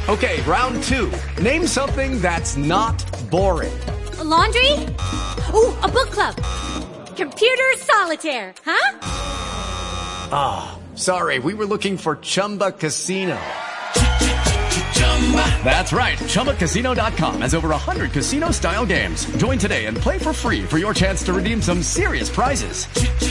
Okay, round 2. Name something that's not boring. A laundry? Ooh, a book club. Computer solitaire, huh? Ah, sorry, we were looking for Chumba Casino. That's right, ChumbaCasino.com has over 100 casino-style games. Join today and play for free for your chance to redeem some serious prizes.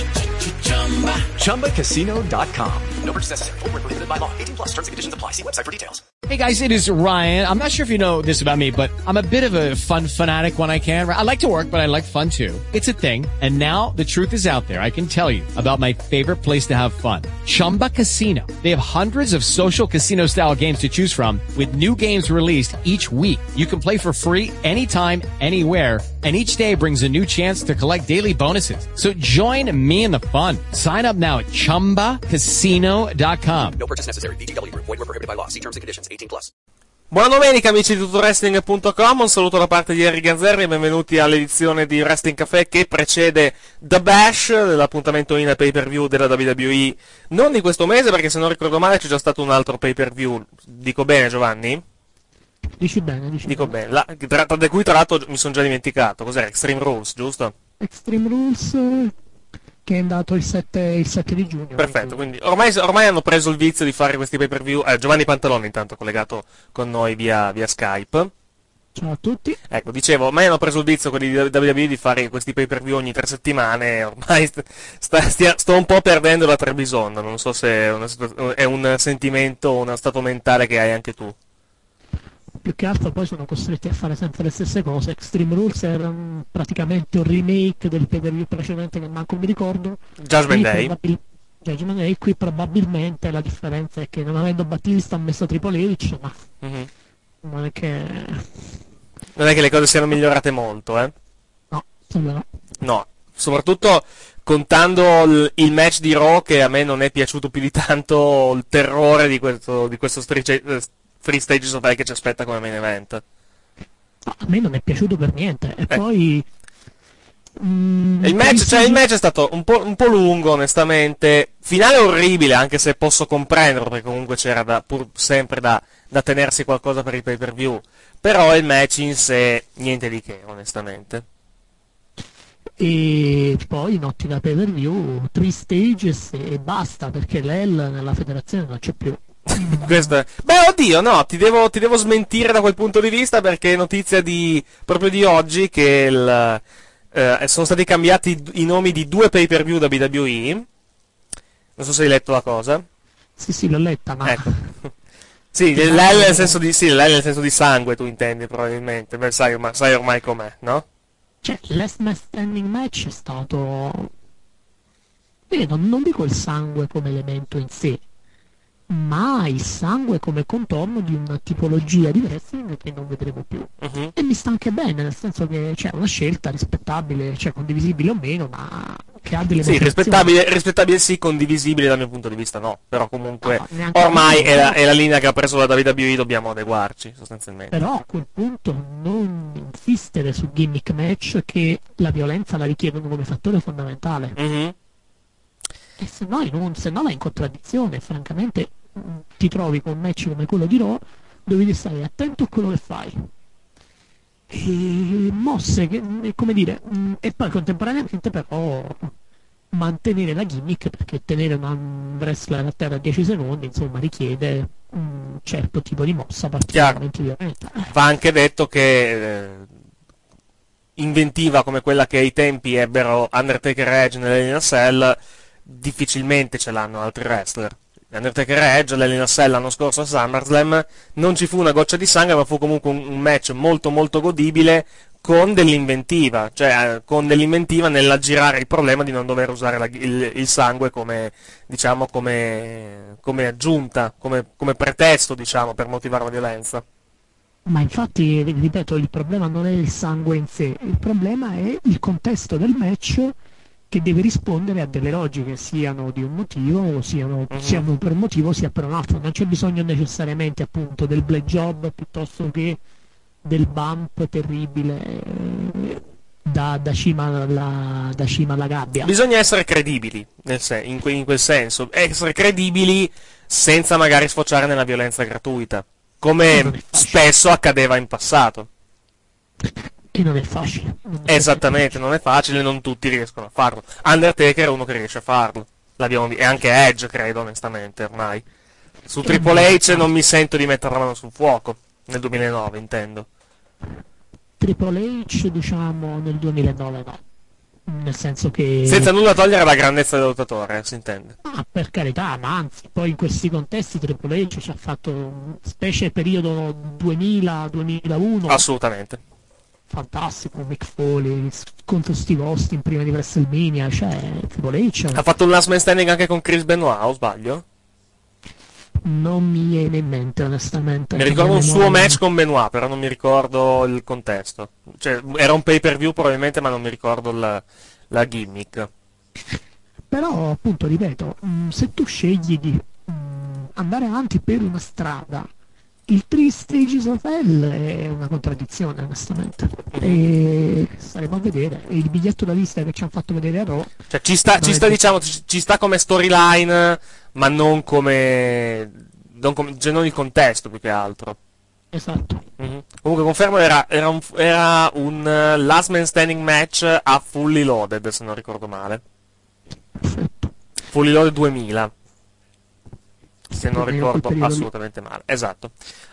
ChumbaCasino.com. No purchase necessary. Void where prohibited by law. 18 plus. Terms and conditions apply. See website for details. Hey guys, it is Ryan. I'm not sure if you know this about me, but I'm a bit of a fun fanatic when I can. I like to work, but I like fun too. It's a thing. And now the truth is out there. I can tell you about my favorite place to have fun. Chumba Casino. They have hundreds of social casino style games to choose from with new games released each week. You can play for free anytime, anywhere. And each day brings a new chance to collect daily bonuses. So join me in the fun. Sign up now at ChumbaCasino.com. No purchase necessary. VGW Group. Void where prohibited by law. See terms and conditions. 18 plus. Buona domenica amici di tutowrestling.com, un saluto da parte di Henry Ganzerri e benvenuti all'edizione di Wrestling Café che precede The Bash, dell'appuntamento in pay-per-view della WWE, non di questo mese perché se non ricordo male c'è già stato un altro pay-per-view, dico bene Giovanni? Dici bene. Dico bene, di cui tra l'altro mi sono già dimenticato, cos'era? Extreme Rules, giusto? Extreme Rules che è andato il 7 di giugno. Perfetto, quindi ormai hanno preso il vizio di fare questi pay-per-view. Giovanni Pantalone intanto collegato con noi via Skype. Ciao a tutti. Ecco, dicevo, ormai hanno preso il vizio quelli di WWE di fare questi pay-per-view ogni 3 settimane, ormai sto un po' perdendo la Trebisonda, non so se è un sentimento o uno stato mentale che hai anche tu. Più che altro poi sono costretti a fare sempre le stesse cose. Extreme Rules era praticamente un remake del pay-per-view precedente che manco mi ricordo. Judgment Day, qui probabilmente la differenza è che non avendo Batista ha messo Triple H, ma non è che le cose siano migliorate molto, eh? No, sembra no. No, soprattutto contando il match di Raw che a me non è piaciuto più di tanto, il terrore di questo Free Stage Hotel che ci aspetta come main event. No, a me non è piaciuto per niente. E poi il match è stato un po' lungo, onestamente. Finale orribile, anche se posso comprenderlo, perché comunque c'era pur sempre da tenersi qualcosa per il pay-per-view. Però il match in sé, niente di che, onestamente. E poi notti da pay-per-view, 3 stages e basta, perché l'El nella federazione non c'è più. Beh, oddio, no, ti devo smentire da quel punto di vista, perché è notizia proprio di oggi che sono stati cambiati i nomi di 2 pay-per-view da WWE. Non so se hai letto la cosa. Sì, l'ho letta, ma... Ecco. Sì, l'L nel senso di sangue, tu intendi, probabilmente. Beh, sai ormai com'è, no? Cioè, last man standing match è stato... non dico il sangue come elemento in sé, ma il sangue come contorno di una tipologia di wrestling che non vedremo più. E mi sta anche bene, nel senso che c'è una scelta rispettabile, cioè condivisibile o meno, ma che ha delle motivazioni. Rispettabile sì, condivisibile dal mio punto di vista no, però comunque ormai è la linea che ha preso la WWE, dobbiamo adeguarci sostanzialmente. Però a quel punto non insistere su gimmick match che la violenza la richiedono come fattore fondamentale. E se no vai in contraddizione, francamente ti trovi con un match come quello di Raw dove devi stare attento a quello che fai e mosse che, come dire, e poi contemporaneamente però mantenere la gimmick, perché tenere un wrestler a terra a 10 secondi insomma richiede un certo tipo di mossa particolarmente violenta. Va anche detto che inventiva come quella che ai tempi ebbero Undertaker e Edge nell'Hell in a Cell difficilmente ce l'hanno altri wrestler. Undertaker e Edge l'Hell in a Cell l'anno scorso a SummerSlam non ci fu una goccia di sangue, ma fu comunque un match molto molto godibile, con dell'inventiva, nell'aggirare il problema di non dover usare il sangue come aggiunta, come pretesto, diciamo, per motivare la violenza. Ma infatti, ripeto, il problema non è il sangue in sé, il problema è il contesto del match che deve rispondere a delle logiche, siano di un motivo, siano per un motivo, sia per un altro. Non c'è bisogno necessariamente appunto del blade job piuttosto che del bump terribile da cima alla gabbia. Bisogna essere credibili in quel senso, essere credibili senza magari sfociare nella violenza gratuita, come spesso accadeva in passato. E non è facile. Esattamente, non è facile, non tutti riescono a farlo. Undertaker è uno che riesce a farlo. E anche Edge, credo, onestamente, ormai. Su Triple H non mi sento di mettere la mano sul fuoco. Nel 2009, intendo. Triple H, diciamo, nel 2009 no. Nel senso che... Senza nulla togliere la grandezza del lottatore, si intende. Ah, per carità, ma anzi, poi in questi contesti Triple H ci ha fatto, specie periodo 2000-2001... Assolutamente. Fantastico, Mick Foley contro Steve Austin prima di WrestleMania, cioè Triple H... Ha fatto un last man standing anche con Chris Benoit, o sbaglio? Non mi viene in mente, onestamente. Mi ricordo un suo match con Benoit, però non mi ricordo il contesto. Cioè, era un pay-per-view probabilmente, ma non mi ricordo la gimmick. Però, appunto, ripeto, se tu scegli di andare avanti per una strada, il Three Stages of Hell è una contraddizione, onestamente. E staremo a vedere. E il biglietto da visita che ci hanno fatto vedere a Raw... Cioè, ci sta come storyline, ma non come cioè non il contesto, più che altro. Esatto. Comunque confermo, era un last man standing match a Fully Loaded, se non ricordo male. Perfetto. Fully Loaded 2000. Se non ricordo periodo assolutamente male. Esatto.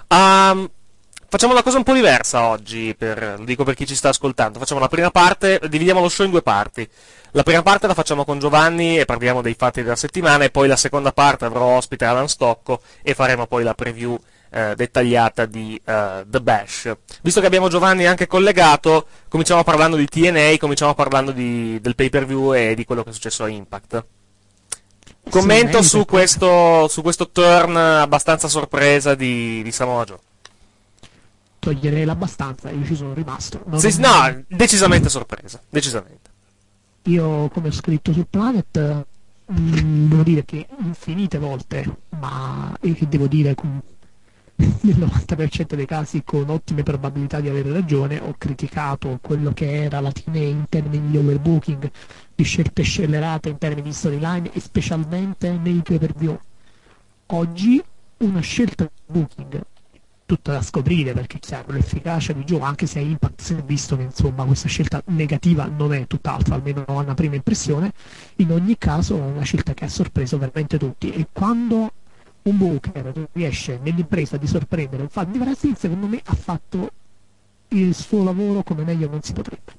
Facciamo una cosa un po' diversa oggi, lo dico per chi ci sta ascoltando. Facciamo la prima parte, dividiamo lo show in due parti. La prima parte la facciamo con Giovanni e parliamo dei fatti della settimana, e poi la seconda parte avrò ospite Alan Stocco e faremo poi la preview dettagliata di The Bash. Visto che abbiamo Giovanni anche collegato, cominciamo parlando di TNA, cominciamo parlando del pay-per-view e di quello che è successo a Impact. Commento su questo turn abbastanza sorpresa di Samoa Joe. Toglierei l'abbastanza, io ci sono rimasto. No, decisamente sorpresa, decisamente. Io, come ho scritto sul Planet, devo dire che infinite volte, e che devo dire nel 90% dei casi con ottime probabilità di avere ragione, ho criticato quello che era la TNA in termini di overbooking, di scelte scellerate in termini di storyline, e specialmente nei pay-per-view. Oggi una scelta di booking tutta da scoprire, perché chiaro, l'efficacia di Joe, anche se a Impact si è visto che insomma questa scelta negativa non è tutt'altro, almeno a una prima impressione, in ogni caso è una scelta che ha sorpreso veramente tutti, e quando un booker riesce nell'impresa di sorprendere un fan di wrestling, secondo me ha fatto il suo lavoro come meglio non si potrebbe.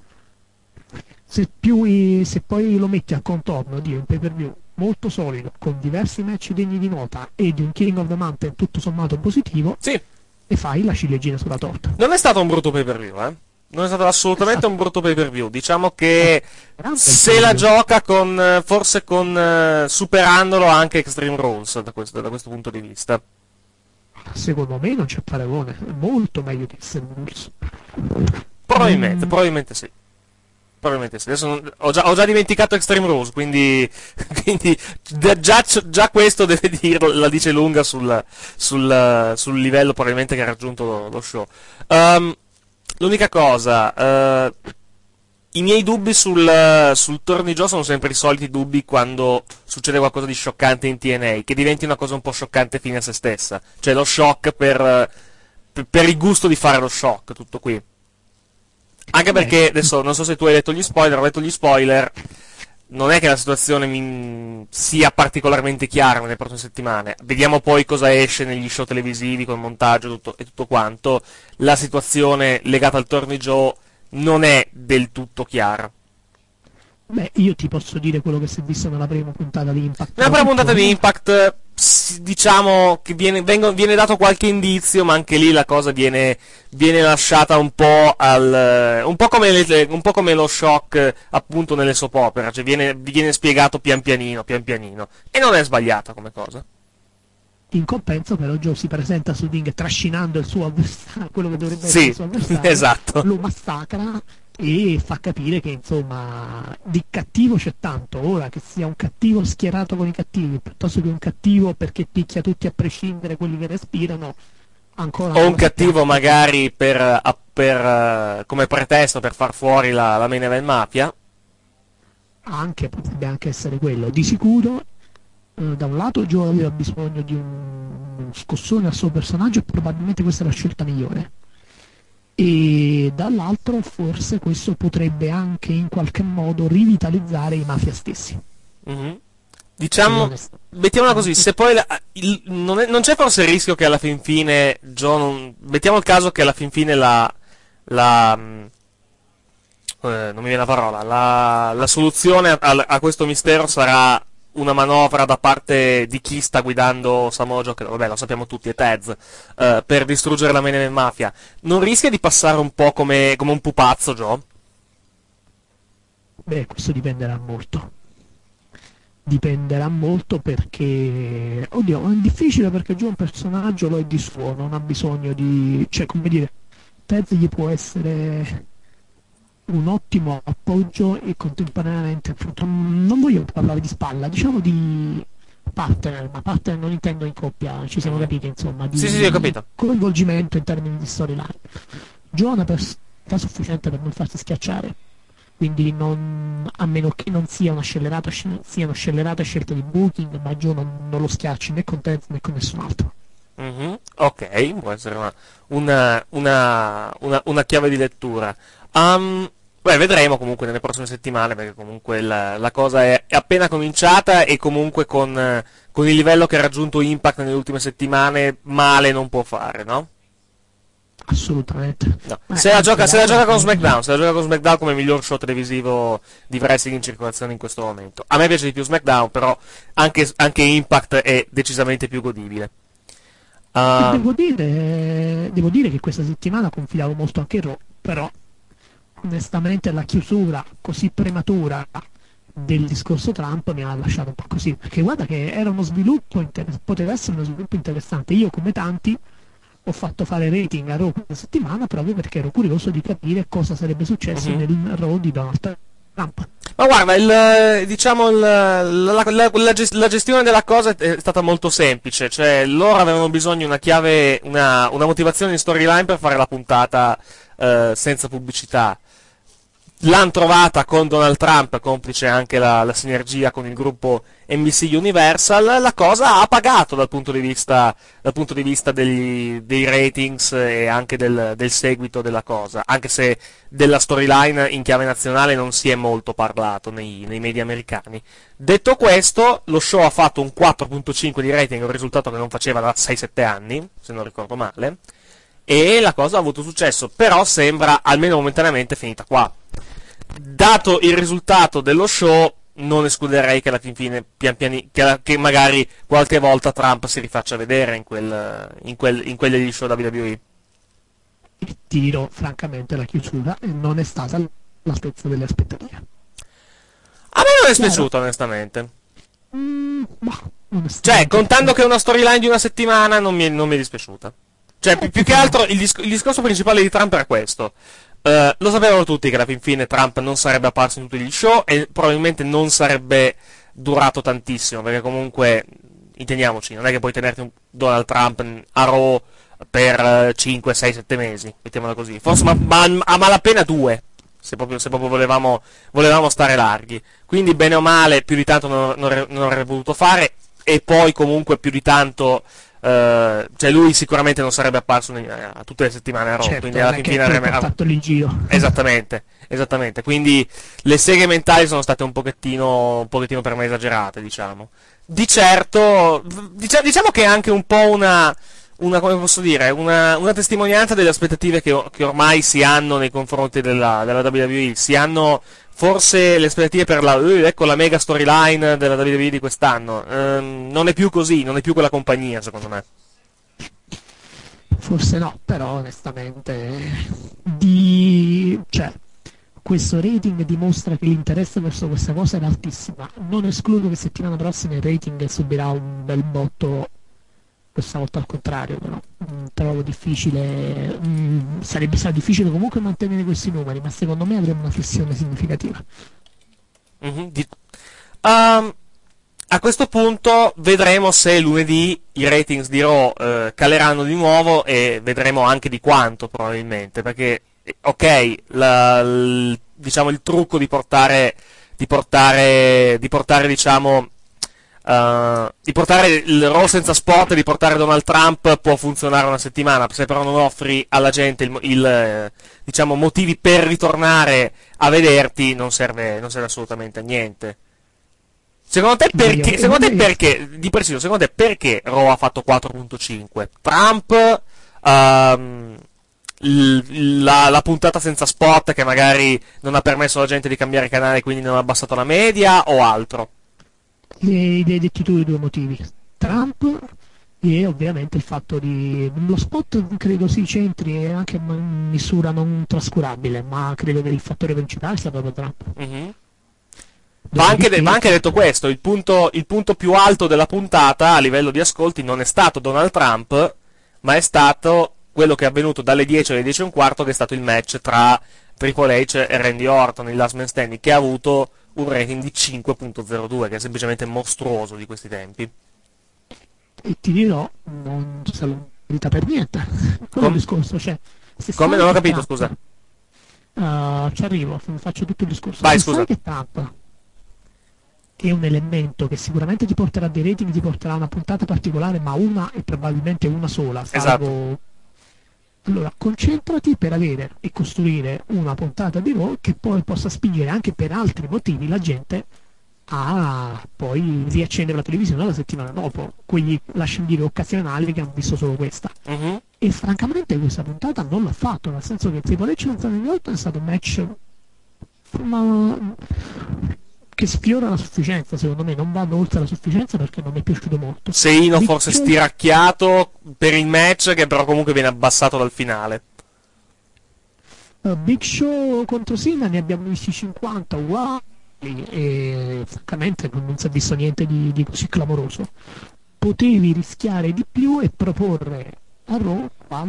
Se poi lo metti a contorno di un pay-per-view molto solido, con diversi match degni di nota e di un King of the Mountain tutto sommato positivo, sì, e fai la ciliegina sulla torta. Non è stato un brutto pay-per-view, non è stato assolutamente un brutto pay-per-view. Diciamo che se la gioca forse superandolo anche Extreme Rules da questo punto di vista. Secondo me non c'è paragone, è molto meglio di Extreme Rules. Probabilmente sì. Adesso ho già dimenticato Extreme Rules, quindi già questo deve dire, la dice lunga sul livello probabilmente che ha raggiunto lo show. L'unica cosa, i miei dubbi sul turn di Joe sono sempre i soliti dubbi quando succede qualcosa di scioccante in TNA, che diventi una cosa un po' scioccante fine a se stessa, cioè lo shock per il gusto di fare lo shock, tutto qui. Anche perché, adesso, non so se tu hai letto gli spoiler, ho letto gli spoiler, non è che la situazione sia particolarmente chiara nelle prossime settimane. Vediamo poi cosa esce negli show televisivi, con il montaggio e tutto quanto. La situazione legata al turn di Joe non è del tutto chiara. Beh, io ti posso dire quello che si è visto nella prima puntata di Impact. Nella prima puntata di Impact, diciamo che viene dato qualche indizio, ma anche lì la cosa viene lasciata un po' un po' come lo shock appunto nelle soap opera, cioè viene spiegato pian pianino, e non è sbagliata come cosa. In compenso però Joe si presenta sul ring trascinando il suo avversario, quello che dovrebbe essere il suo avversario, esatto. Lo massacra e fa capire che insomma di cattivo c'è tanto. Ora, che sia un cattivo schierato con i cattivi piuttosto che un cattivo perché picchia tutti a prescindere quelli che respirano, ancora o un cattivo magari come pretesto per far fuori la main event mafia, potrebbe anche essere quello. Di sicuro Da un lato Joe aveva bisogno di un scossone al suo personaggio e probabilmente questa è la scelta migliore, e dall'altro forse questo potrebbe anche in qualche modo rivitalizzare i Mafia stessi. Mhm. Diciamo, mettiamola così, se poi non c'è forse il rischio che alla fin fine Joe mettiamo il caso che alla fin fine non mi viene la parola, la soluzione a questo mistero sarà una manovra da parte di chi sta guidando Samoa Joe, che vabbè lo sappiamo tutti, è Tez, per distruggere la Menemen Mafia. Non rischia di passare un po' come un pupazzo, Joe? Beh, questo dipenderà molto. Dipenderà molto perché, oddio, è difficile perché già un personaggio lo è di suo, non ha bisogno di, cioè, come dire, Tez gli può essere un ottimo appoggio e contemporaneamente, appunto, non voglio parlare di spalla, diciamo di partner, ma partner non intendo in coppia, ci siamo capiti, insomma, di Sì, ho capito. coinvolgimento in termini di storyline. Joe è una personalità sufficiente per non farsi schiacciare, quindi a meno che non sia una scellerata scelta di booking, ma Joe non lo schiacci né con Tez né con nessun altro. Ok, può essere una chiave di lettura. Beh, vedremo comunque nelle prossime settimane, perché comunque la cosa è appena cominciata e comunque con il livello che ha raggiunto Impact nelle ultime settimane male non può fare, no? Assolutamente. No. Beh, Se la gioca con anche- SmackDown come miglior show televisivo di wrestling in circolazione in questo momento. A me piace di più SmackDown, però anche Impact è decisamente più godibile. Devo dire che questa settimana confidavo molto anche in Raw, però onestamente la chiusura così prematura del discorso Trump mi ha lasciato un po' così, perché guarda che era uno sviluppo poteva essere uno sviluppo interessante. Io come tanti ho fatto fare rating a Raw questa settimana proprio perché ero curioso di capire cosa sarebbe successo nel Raw di Donald Trump. Ma guarda, la gestione della cosa è stata molto semplice, cioè loro avevano bisogno di una chiave, una motivazione di storyline per fare la puntata senza pubblicità. L'hanno trovata con Donald Trump, complice anche la sinergia con il gruppo NBC Universal. La cosa ha pagato dal punto di vista dei ratings e anche del seguito della cosa, anche se della storyline in chiave nazionale non si è molto parlato nei media americani. Detto questo, lo show ha fatto un 4.5 di rating, un risultato che non faceva da 6-7 anni, se non ricordo male, e la cosa ha avuto successo, però sembra almeno momentaneamente finita qua. Dato il risultato dello show, non escluderei che alla fin fine che magari qualche volta Trump si rifaccia vedere in quelli degli show WWE. Il tiro, francamente, la chiusura non è stata all'altezza delle aspettative. A me non è spiaciuto, onestamente. Onestamente, Cioè, contando che è una storyline di una settimana, non mi è dispiaciuta. Cioè, più che altro, il discorso principale di Trump era questo. Lo sapevano tutti che alla fin fine Trump non sarebbe apparso in tutti gli show e probabilmente non sarebbe durato tantissimo, perché comunque, intendiamoci, non è che puoi tenerti Donald Trump a Raw per 5, 6, 7 mesi, mettiamola così. Forse a malapena 2, se proprio volevamo stare larghi. Quindi, bene o male, più di tanto non avrebbe potuto fare, e poi comunque più di tanto... cioè lui sicuramente non sarebbe apparso a tutte le settimane a Raw, certo, quindi alla fin fine avrebbe fatto lì in giro. esattamente, quindi le seghe mentali sono state un pochettino per me esagerate, diciamo. Di certo, diciamo che è anche un po' una come posso dire, una testimonianza delle aspettative che ormai si hanno nei confronti della WWE. Si hanno forse le aspettative per ecco la mega storyline della WWE di quest'anno. Non è più così, non è più quella compagnia, secondo me. Forse no, però onestamente cioè, questo rating dimostra che l'interesse verso questa cosa è altissimo. Non escludo che settimana prossima il rating subirà un bel botto, questa volta al contrario, però trovo difficile, sarebbe stato difficile comunque mantenere questi numeri, ma secondo me avremo una flessione significativa. A questo punto vedremo se lunedì i ratings di Raw caleranno di nuovo, e vedremo anche di quanto probabilmente, perché ok, diciamo il trucco di portare diciamo Di portare il Raw senza spot e di portare Donald Trump può funzionare una settimana, se però non offri alla gente diciamo motivi per ritornare a vederti, non serve assolutamente a niente. Secondo te perché, di preciso, secondo te perché Raw ha fatto 4.5? Trump, la puntata senza spot che magari non ha permesso alla gente di cambiare canale e quindi non ha abbassato la media, o altro? Li hai detti tu i due motivi. Trump e ovviamente il fatto di... Lo spot credo si centri anche in misura non trascurabile, ma credo che il fattore principale sia proprio Trump. Mm-hmm. Va anche detto questo, il punto più alto della puntata a livello di ascolti non è stato Donald Trump, ma è stato quello che è avvenuto dalle 10 alle 10 e un quarto, che è stato il match tra Triple H e Randy Orton, il Last Man Standing, che ha avuto un rating di 5.02, che è semplicemente mostruoso di questi tempi. E ti dirò, non se lo merita per niente. Quello è il discorso, cioè... Come? Non ho capito, scusa. Ci arrivo, faccio tutto il discorso. Vai, se scusa. sai che Trump è un elemento che sicuramente ti porterà dei rating, ti porterà una puntata particolare, ma una e probabilmente una sola, salvo... Esatto. Allora, concentrati per avere e costruire una puntata di Raw che poi possa spingere anche per altri motivi la gente a poi riaccendere la televisione la settimana dopo, quegli, lasciami dire, occasionali che hanno visto solo questa. Mm-hmm. E francamente questa puntata non l'ha fatto, nel senso che Triple H contro Randy Orton è stato un match che sfiora la sufficienza, secondo me, non vanno oltre la sufficienza perché non mi è piaciuto molto. Seino forse stiracchiato per il match, che però comunque viene abbassato dal finale. Big Show contro Cena ne abbiamo visti 50 uguali e francamente non si è visto niente di così clamoroso. Potevi rischiare di più e proporre a Raw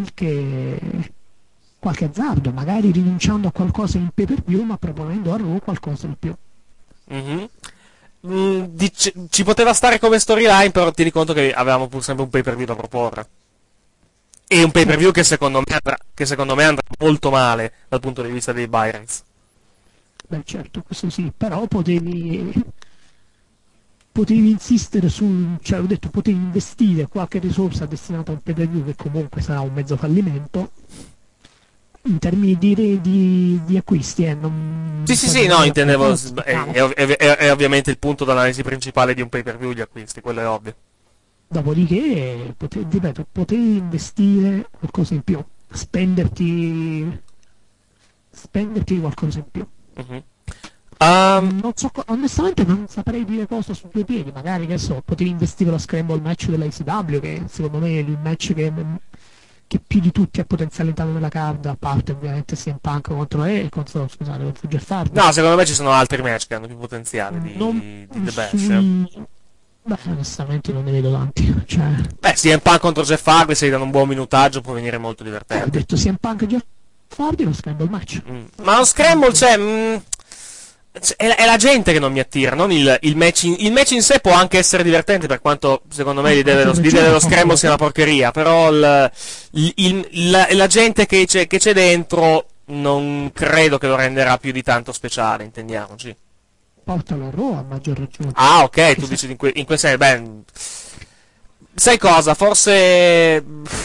qualche azzardo, magari rinunciando a qualcosa in pay per view ma proponendo a Raw qualcosa di più. Mm-hmm. Ci poteva stare come storyline, però tieni conto che avevamo pur sempre un pay per view da proporre, e un pay per view che secondo me andrà molto male dal punto di vista dei buy rates. Beh certo, questo sì, però potevi insistere cioè ho detto, potevi investire qualche risorsa destinata a un pay per view che comunque sarà un mezzo fallimento in termini di acquisti, Sì, no, intendevo, è ovviamente il punto d'analisi principale di un pay per view, gli acquisti, quello è ovvio. Dopodiché, ripeto, potevi investire qualcosa in più, spenderti qualcosa in più. Mm-hmm. Non so, onestamente non saprei dire cosa su due piedi, magari, che so, potevi investire lo scramble match dell'ICW, che secondo me è il match che più di tutti ha potenzialità nella card, a parte ovviamente CM Punk contro Jeff Hardy. No, secondo me ci sono altri match che hanno più potenziale di The Bash. Beh, onestamente non ne vedo tanti. Cioè... Beh, CM Punk contro Jeff Hardy, se gli danno un buon minutaggio, può venire molto divertente. Ho detto CM Punk e Jeff Hardy, lo scramble match. Ma lo scramble, è la gente che non mi attira, non il match il match in sé può anche essere divertente, per quanto secondo me l'idea dello scramble sia una porcheria, però la gente che c'è dentro non credo che lo renderà più di tanto speciale, intendiamoci. Portalo a Raw, a maggior ragione. Ah, ok, tu dici in quel senso, beh, sai cosa, forse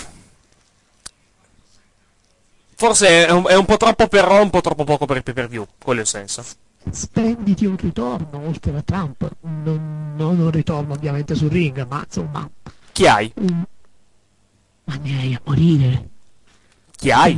è un po' troppo per Raw, un po' troppo poco per il pay per view, quello è il senso. Spenditi un ritorno oltre a Trump, non un ritorno ovviamente sul ring, ma insomma. Chi hai? Ma ne hai a morire. Chi hai?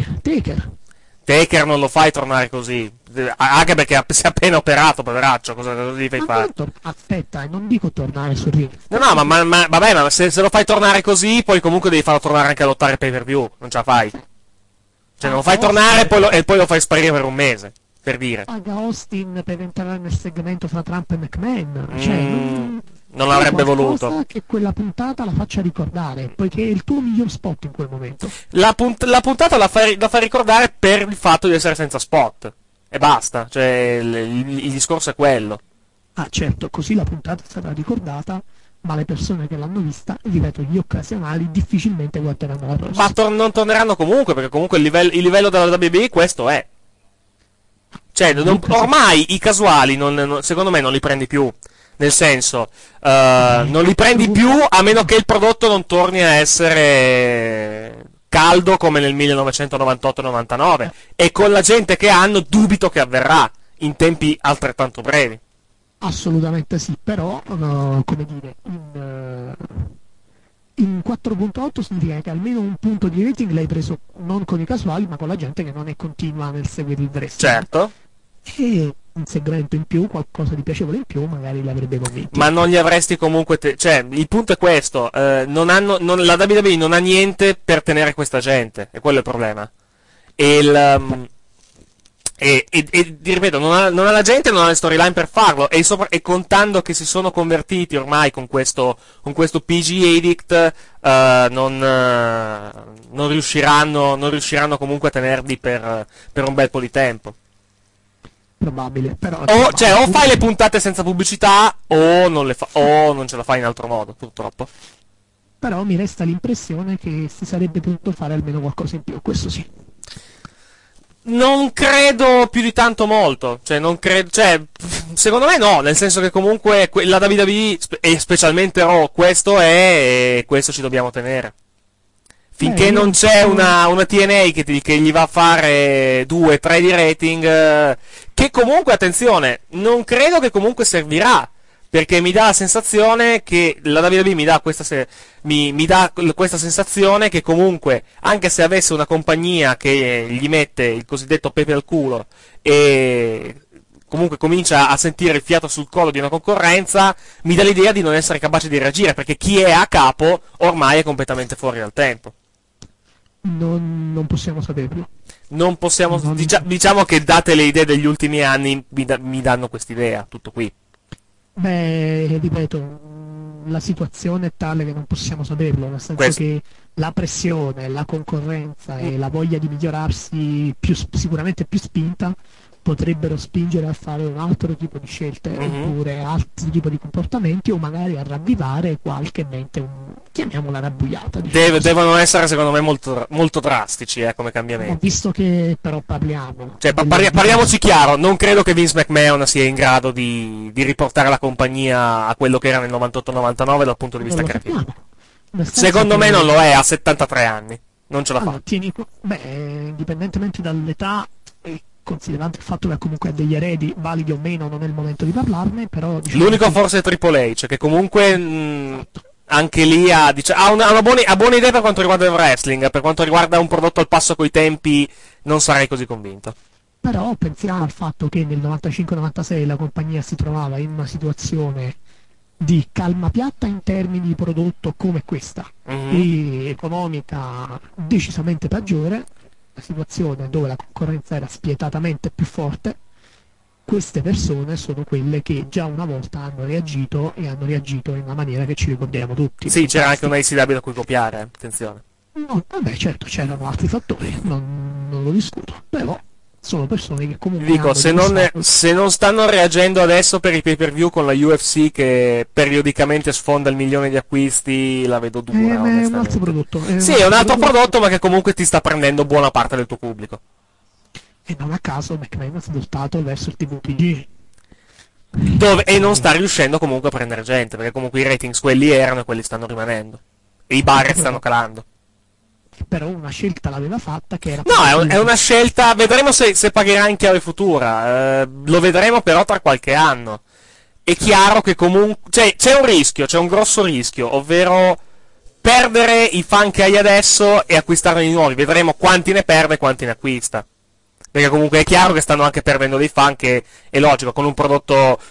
Taker non lo fai tornare così, anche perché si è appena operato, poveraccio, cosa gli fai fare? Aspetta, non dico tornare sul ring. No, ma vabbè, ma se lo fai tornare così, poi comunque devi farlo tornare anche a lottare pay per view, non ce la fai. Cioè non lo fai tornare e poi lo fai sparire per un mese, per dire. Paga Austin per entrare nel segmento fra Trump e McMahon, cioè non l'avrebbe voluto. Che quella puntata la faccia ricordare, poiché è il tuo miglior spot in quel momento. La puntata la fa ricordare per il fatto di essere senza spot, e basta, cioè il discorso è quello. Ah certo, così la puntata sarà ricordata, ma le persone che l'hanno vista, ripeto, gli occasionali, difficilmente guarderanno la prossima. Ma non torneranno comunque, perché comunque il livello della WWE questo è. Cioè, ormai i casuali, secondo me, non li prendi più. nel senso, non li prendi più a meno che il prodotto non torni a essere caldo come nel 1998-99, e con la gente che hanno dubito che avverrà in tempi altrettanto brevi. Assolutamente sì, però, come dire, in 4.8 significa che almeno un punto di rating l'hai preso non con i casuali, ma con la gente che non è continua nel seguire il wrestling. Certo. E un segmento in più, qualcosa di piacevole in più, magari l'avrebbe convinto. Ma non gli avresti comunque... cioè, il punto è questo, la WWE non ha niente per tenere questa gente, e quello è il problema. E ti ripeto, non ha la gente, non ha le storyline per farlo, e contando che si sono convertiti ormai con questo PG Edict, non riusciranno comunque a tenerli per un bel po' di tempo. Probabile, però... O fai le puntate senza pubblicità, o non ce la fai in altro modo, purtroppo. Però mi resta l'impressione che si sarebbe potuto fare almeno qualcosa in più, questo sì. Non credo più di tanto molto, secondo me no, nel senso che comunque la WWE, e specialmente Raw, questo è, e questo ci dobbiamo tenere. Finché non c'è una TNA che gli va a fare 2-3 di rating, che comunque, attenzione, non credo che comunque servirà, perché mi dà la sensazione che la WWE mi dà questa sensazione che comunque, anche se avesse una compagnia che gli mette il cosiddetto pepe al culo e comunque comincia a sentire il fiato sul collo di una concorrenza, mi dà l'idea di non essere capace di reagire, perché chi è a capo ormai è completamente fuori dal tempo. Non possiamo saperlo. Non possiamo, diciamo che date le idee degli ultimi anni mi danno quest'idea, tutto qui. Beh, ripeto, la situazione è tale che non possiamo saperlo, nel senso che la pressione, la concorrenza e la voglia di migliorarsi sicuramente più spinta potrebbero spingere a fare un altro tipo di scelte, oppure altri tipi di comportamenti, o magari a ravvivare qualche mente, chiamiamola rabbuiata. Devono essere secondo me molto, molto drastici come cambiamenti. Visto che però parliamo... parliamoci chiaro, non credo che Vince McMahon sia in grado di riportare la compagnia a quello che era nel 98-99 dal punto di vista creativo. Secondo me non lo è, a 73 anni, non ce la fa. Indipendentemente dall'età, considerando il fatto che comunque ha degli eredi validi o meno, non è il momento di parlarne, però... L'unico forse è Triple H, che comunque anche lì ha una buona idea per quanto riguarda il wrestling, per quanto riguarda un prodotto al passo coi tempi non sarei così convinto. Però pensiamo al fatto che nel 95-96 la compagnia si trovava in una situazione di calma piatta in termini di prodotto come questa, e economica decisamente peggiore, situazione dove la concorrenza era spietatamente più forte. Queste persone sono quelle che già una volta hanno reagito, e hanno reagito in una maniera che ci ricordiamo tutti. Sì, c'era anche una ICW da cui copiare, attenzione. No, vabbè, certo, c'erano altri fattori, non lo discuto, però sono persone che comunque... Dico, se non stanno reagendo adesso per i pay-per-view con la UFC che periodicamente sfonda il 1.000.000 di acquisti, la vedo dura, onestamente. È un altro prodotto. È un altro prodotto, ma che comunque ti sta prendendo buona parte del tuo pubblico. E non a caso McMahon si è voltato verso il TVPG. E non sta riuscendo comunque a prendere gente, perché comunque i ratings quelli erano e quelli stanno rimanendo. E i bar stanno calando. Però una scelta l'aveva fatta che era... No, è una scelta, vedremo se pagherà in chiave futura, lo vedremo però tra qualche anno. È chiaro che comunque... c'è un rischio, c'è un grosso rischio, ovvero perdere i fan che hai adesso e acquistarne di nuovi. Vedremo quanti ne perde e quanti ne acquista. Perché comunque è chiaro che stanno anche perdendo dei fan, che è logico, con un prodotto,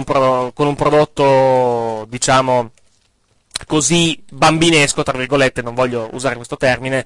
diciamo... così bambinesco, tra virgolette, non voglio usare questo termine,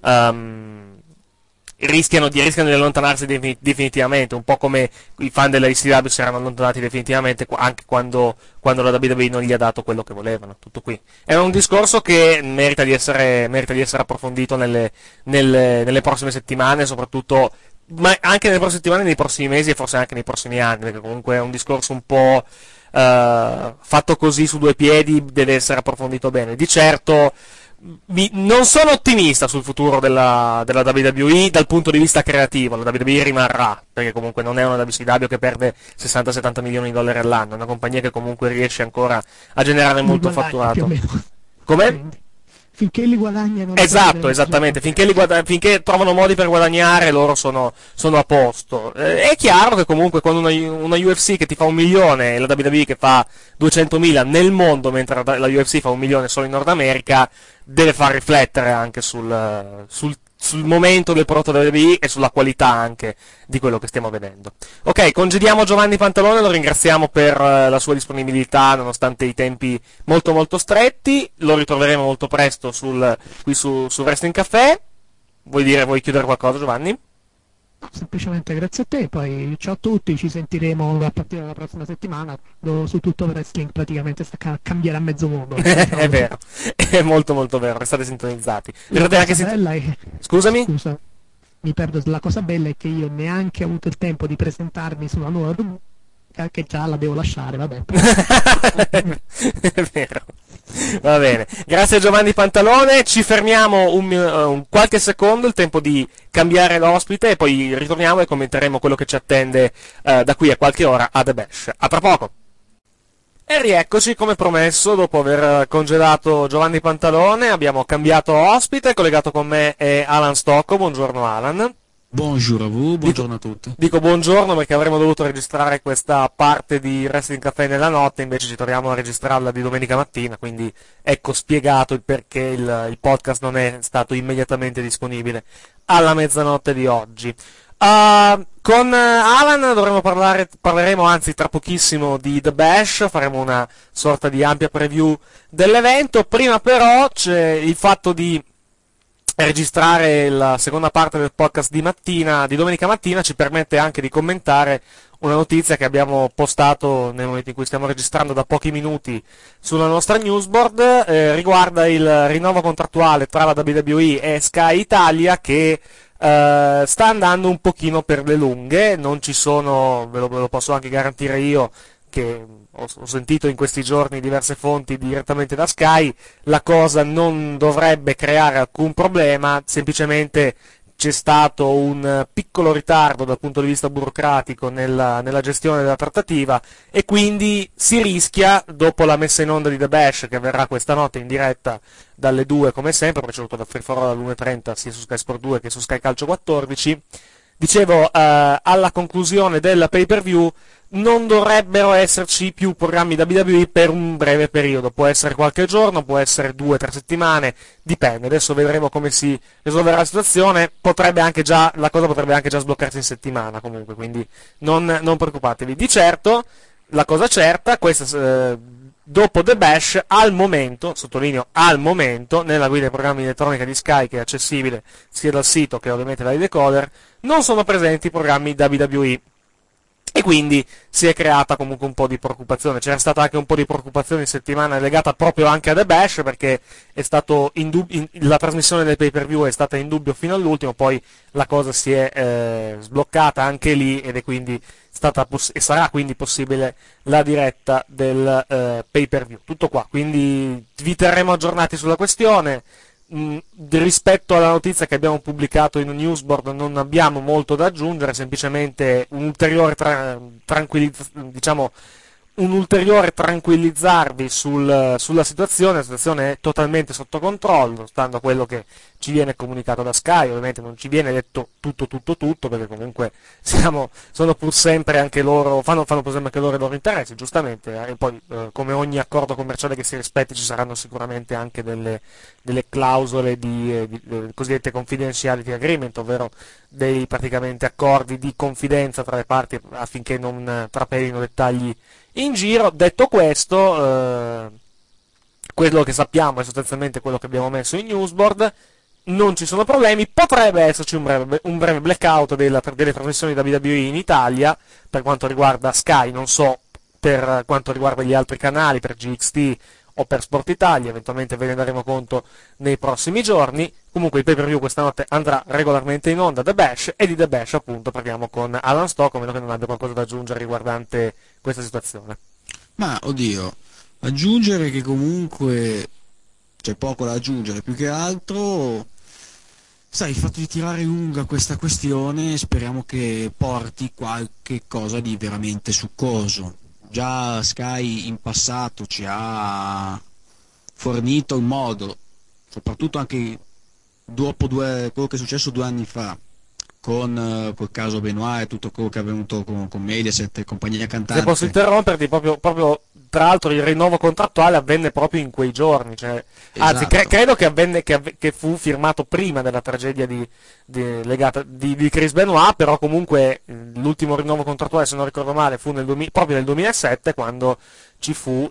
rischiano di allontanarsi definitivamente, un po' come i fan della ICW si erano allontanati definitivamente anche quando la WWE non gli ha dato quello che volevano. Tutto qui. È un discorso che merita di essere approfondito nelle prossime settimane, soprattutto, ma anche nelle prossime settimane, nei prossimi mesi e forse anche nei prossimi anni, perché comunque è un discorso un po' fatto così su due piedi, deve essere approfondito bene. Di certo non sono ottimista sul futuro della WWE dal punto di vista creativo. La WWE rimarrà, perché comunque non è una WCW che perde 60-70 milioni di dollari all'anno, è una compagnia che comunque riesce ancora a generare molto fatturato. Come? Finché li guadagnano. Esatto, esattamente, finché trovano modi per guadagnare loro sono a posto. È chiaro che comunque con una UFC che ti fa 1 milione e la WWE che fa 200.000 nel mondo, mentre la UFC fa 1 milione solo in Nord America, deve far riflettere anche sul momento del prodotto della WWE e sulla qualità anche di quello che stiamo vedendo. Ok, congediamo Giovanni Pantalone, lo ringraziamo per la sua disponibilità nonostante i tempi molto molto stretti, lo ritroveremo molto presto qui su Wrestling Café. Vuoi chiudere qualcosa, Giovanni? Semplicemente grazie a te, poi ciao a tutti, ci sentiremo a partire dalla prossima settimana, su tutto wrestling praticamente cambierà mezzo mondo. È vero, è molto molto vero, restate sintonizzati. Scusami? Scusa, mi perdo, la cosa bella è che io neanche ho avuto il tempo di presentarmi sulla nuova rubrica, che già la devo lasciare, vabbè. È vero. Va bene, grazie a Giovanni Pantalone, ci fermiamo un qualche secondo, il tempo di cambiare l'ospite e poi ritorniamo e commenteremo quello che ci attende da qui a qualche ora a The Bash. A tra poco! E rieccoci, come promesso, dopo aver congedato Giovanni Pantalone, abbiamo cambiato ospite, collegato con me è Alan Stocco. Buongiorno Alan. Buongiorno a voi, buongiorno a tutti. Dico buongiorno perché avremmo dovuto registrare questa parte di Wrestling Café nella notte, invece ci troviamo a registrarla di domenica mattina, quindi ecco spiegato il perché il podcast non è stato immediatamente disponibile alla mezzanotte di oggi. Con Alan parleremo anzi tra pochissimo di The Bash, faremo una sorta di ampia preview dell'evento. Prima però c'è il fatto di registrare la seconda parte del podcast di domenica mattina ci permette anche di commentare una notizia che abbiamo postato nel momento in cui stiamo registrando da pochi minuti sulla nostra newsboard, riguarda il rinnovo contrattuale tra la WWE e Sky Italia che sta andando un pochino per le lunghe. Non ci sono, ve lo posso anche garantire io, che ho sentito in questi giorni diverse fonti direttamente da Sky, la cosa non dovrebbe creare alcun problema, semplicemente c'è stato un piccolo ritardo dal punto di vista burocratico nella gestione della trattativa e quindi si rischia, dopo la messa in onda di The Bash, che avverrà questa notte in diretta dalle 2 come sempre, preceduto da Free for All alle 1:30 sia su Sky Sport 2 che su Sky Calcio 14, dicevo, alla conclusione della pay-per-view non dovrebbero esserci più programmi WWE per un breve periodo, può essere qualche giorno, può essere 2-3 settimane, dipende, adesso vedremo come si risolverà la situazione, la cosa potrebbe anche già sbloccarsi in settimana comunque, quindi non preoccupatevi. Di certo, la cosa certa, dopo The Bash, al momento, sottolineo al momento, nella guida dei programmi elettronica di Sky, che è accessibile sia dal sito che ovviamente dai decoder, non sono presenti i programmi WWE. E quindi si è creata comunque un po' di preoccupazione. C'era stata anche un po' di preoccupazione in settimana legata proprio anche a The Bash, perché è stato la trasmissione del pay-per-view è stata in dubbio fino all'ultimo, poi la cosa si è sbloccata anche lì ed è quindi e sarà quindi possibile la diretta del pay-per-view. Tutto qua, quindi vi terremo aggiornati sulla questione. Rispetto alla notizia che abbiamo pubblicato in un newsboard non abbiamo molto da aggiungere, semplicemente un ulteriore tranquillizzarvi sulla situazione. La situazione è totalmente sotto controllo, stando a quello che ci viene comunicato da Sky. Ovviamente non ci viene detto tutto, perché comunque sono pur sempre anche loro, fanno pur sempre anche loro i loro interessi, giustamente, e poi come ogni accordo commerciale che si rispetti ci saranno sicuramente anche delle clausole di cosiddette confidentiality agreement, ovvero dei praticamente accordi di confidenza tra le parti affinché non trapelino dettagli in giro. Detto questo, quello che sappiamo è sostanzialmente quello che abbiamo messo in newsboard, non ci sono problemi, potrebbe esserci un breve blackout delle trasmissioni da WWE in Italia per quanto riguarda Sky, non so per quanto riguarda gli altri canali, per GXT o per Sport Italia, eventualmente ve ne daremo conto nei prossimi giorni. Comunque il pay-per-view questa notte andrà regolarmente in onda, The Bash, e di The Bash appunto parliamo con Alan Stock, a meno che non abbia qualcosa da aggiungere riguardante questa situazione. Ma oddio, aggiungere che comunque c'è poco da aggiungere, più che altro, sai, il fatto di tirare lunga questa questione speriamo che porti qualche cosa di veramente succoso. Già Sky in passato ci ha fornito un modo, soprattutto anche dopo quello che è successo 2 anni fa, col caso Benoit e tutto quello che è avvenuto con Mediaset e compagnia cantante. Se posso interromperti, proprio tra l'altro il rinnovo contrattuale avvenne proprio in quei giorni, cioè, anzi Esatto. credo che avvenne che fu firmato prima della tragedia legata di Chris Benoit, però comunque l'ultimo rinnovo contrattuale, se non ricordo male, fu proprio nel 2007, quando ci fu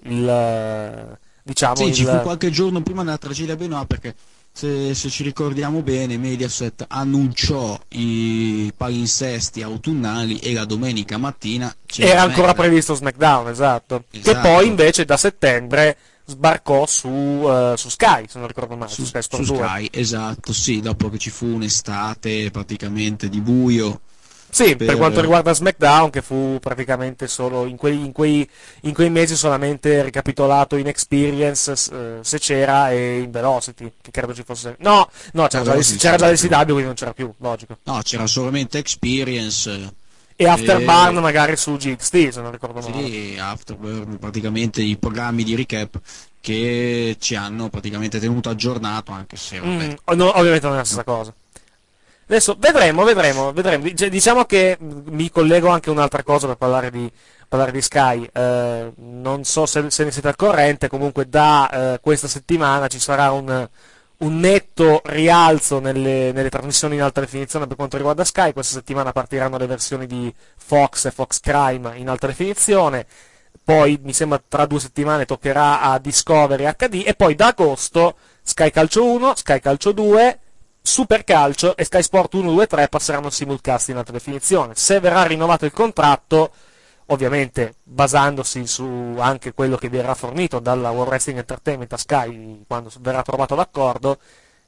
diciamo Sì, ci fu qualche giorno prima della tragedia Benoit, perché se ci ricordiamo bene, Mediaset annunciò i palinsesti autunnali e la domenica mattina era ancora previsto SmackDown, esatto. Che Esatto. poi invece da settembre sbarcò su Sky, se non ricordo male, su Sky Sport su 2. Sky, esatto, sì, dopo che ci fu un'estate praticamente di buio. Sì, per quanto riguarda SmackDown, che fu praticamente solo in quei mesi solamente ricapitolato in Experience, se c'era, e in Velocity, che credo ci fosse. No, c'era già l'SCW, quindi non c'era più, logico. No, c'era solamente Experience. E Afterburn magari su GXT, se non ricordo male. Sì, Afterburn, praticamente i programmi di recap che ci hanno praticamente tenuto aggiornato, anche se vabbè. No, ovviamente non è la stessa cosa. Adesso vedremo. Diciamo che mi collego anche a un'altra cosa per parlare di Sky. Non so se ne siete al corrente, comunque da questa settimana ci sarà un netto rialzo nelle trasmissioni in alta definizione per quanto riguarda Sky. Questa settimana partiranno le versioni di Fox e Fox Crime in alta definizione, poi mi sembra tra 2 settimane toccherà a Discovery HD, e poi da agosto Sky Calcio 1, Sky Calcio 2, Super Calcio e Sky Sport 1, 2 e 3 passeranno al simulcast in alta definizione. Se verrà rinnovato il contratto, ovviamente basandosi su anche quello che verrà fornito dalla World Wrestling Entertainment a Sky quando verrà trovato l'accordo,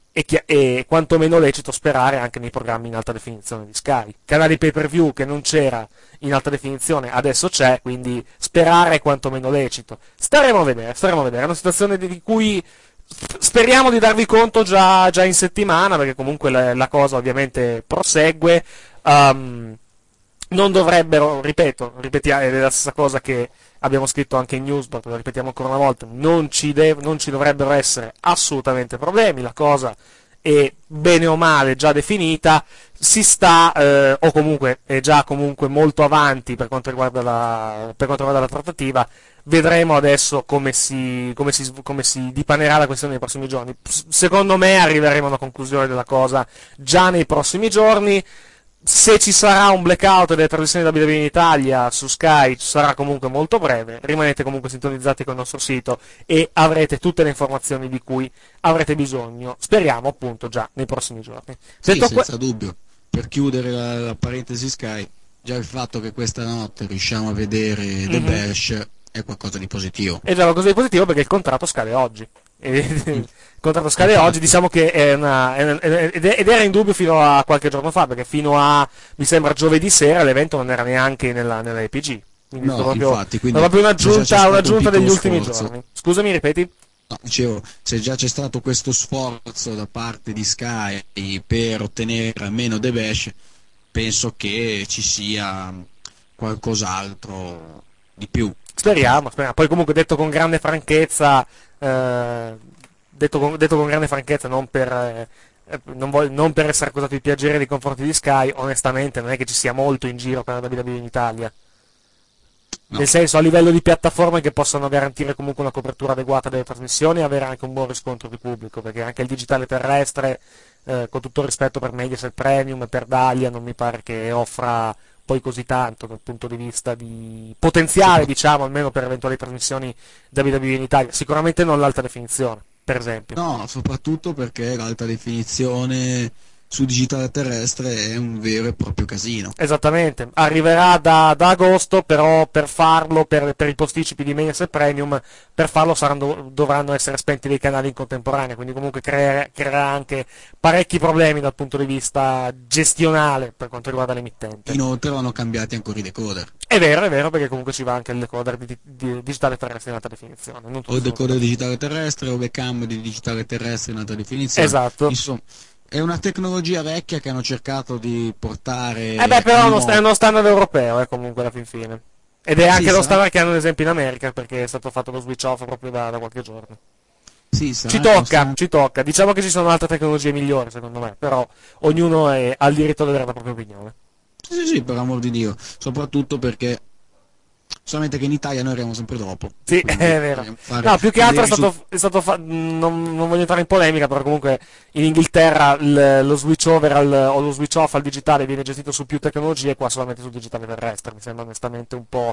e quantomeno lecito sperare anche nei programmi in alta definizione di Sky. Canali pay per view che non c'era in alta definizione adesso c'è, quindi sperare è quantomeno lecito. Staremo a vedere. È una situazione di cui speriamo di darvi conto già in settimana, perché comunque la cosa ovviamente prosegue. Non dovrebbero, ripetiamo, è la stessa cosa che abbiamo scritto anche in Newsboard, lo ripetiamo ancora una volta, non ci dovrebbero essere assolutamente problemi, la cosa è bene o male già definita, si sta, o comunque è già comunque molto avanti per quanto riguarda la trattativa. Vedremo adesso come si dipanerà la questione nei prossimi giorni. Secondo me arriveremo a una conclusione della cosa già nei prossimi giorni. Se ci sarà un blackout delle trasmissioni da WWE in Italia su Sky, sarà comunque molto breve. Rimanete comunque sintonizzati con il nostro sito e avrete tutte le informazioni di cui avrete bisogno, speriamo appunto già nei prossimi giorni. Sì, senza dubbio. Per chiudere la parentesi Sky, già il fatto che questa notte riusciamo a vedere The Bash è qualcosa di positivo. È già qualcosa di positivo, perché il contratto scade oggi. Il contratto scade oggi, diciamo che ed era in dubbio fino a qualche giorno fa, perché fino a, mi sembra, giovedì sera l'evento non era neanche nella EPG. Quindi No, infatti, quindi proprio un'aggiunta degli ultimi sforzo. giorni. Scusami, ripeti? No, dicevo, se già c'è stato questo sforzo da parte di Sky per ottenere almeno The Bash, penso che ci sia qualcos'altro di più. Speriamo. Poi comunque detto con grande franchezza, non per essere accusato di piacere nei confronti di Sky, onestamente non è che ci sia molto in giro per la WWE in Italia. No. Nel senso, a livello di piattaforme che possano garantire comunque una copertura adeguata delle trasmissioni e avere anche un buon riscontro di pubblico, perché anche il digitale terrestre, con tutto il rispetto per Mediaset Premium e per Dahlia, non mi pare che offra poi così tanto dal punto di vista di potenziale, diciamo, almeno per eventuali trasmissioni WWE in Italia. Sicuramente non l'alta definizione, per esempio. No, soprattutto perché l'alta definizione su digitale terrestre è un vero e proprio casino. Esattamente, arriverà da agosto, però per farlo, per i posticipi di Mediaset Premium, per farlo dovranno essere spenti dei canali in contemporanea, quindi comunque creerà anche parecchi problemi dal punto di vista gestionale per quanto riguarda l'emittente. Inoltre vanno cambiati ancora i decoder. È vero, perché comunque ci va anche il decoder di digitale terrestre in alta definizione. Non tutto O il decoder digitale terrestre o webcam di digitale terrestre in alta definizione. Esatto. Insomma, è una tecnologia vecchia che hanno cercato di portare. Però è uno standard europeo, comunque alla fin fine. Ed è anche Sì, lo sarà. standard che hanno ad esempio in America, perché è stato fatto lo switch off proprio da qualche giorno. Sì, Ci tocca. Diciamo che ci sono altre tecnologie migliori, secondo me, però ognuno ha il diritto di avere la propria opinione. Sì, per amor di Dio. Soprattutto perché. Solamente che in Italia noi arriviamo sempre dopo. Sì, Quindi, è vero. No, più che altro non voglio entrare in polemica, però comunque in Inghilterra lo switch over o lo switch off al digitale viene gestito su più tecnologie, qua solamente sul digitale terrestre. Mi sembra onestamente un po'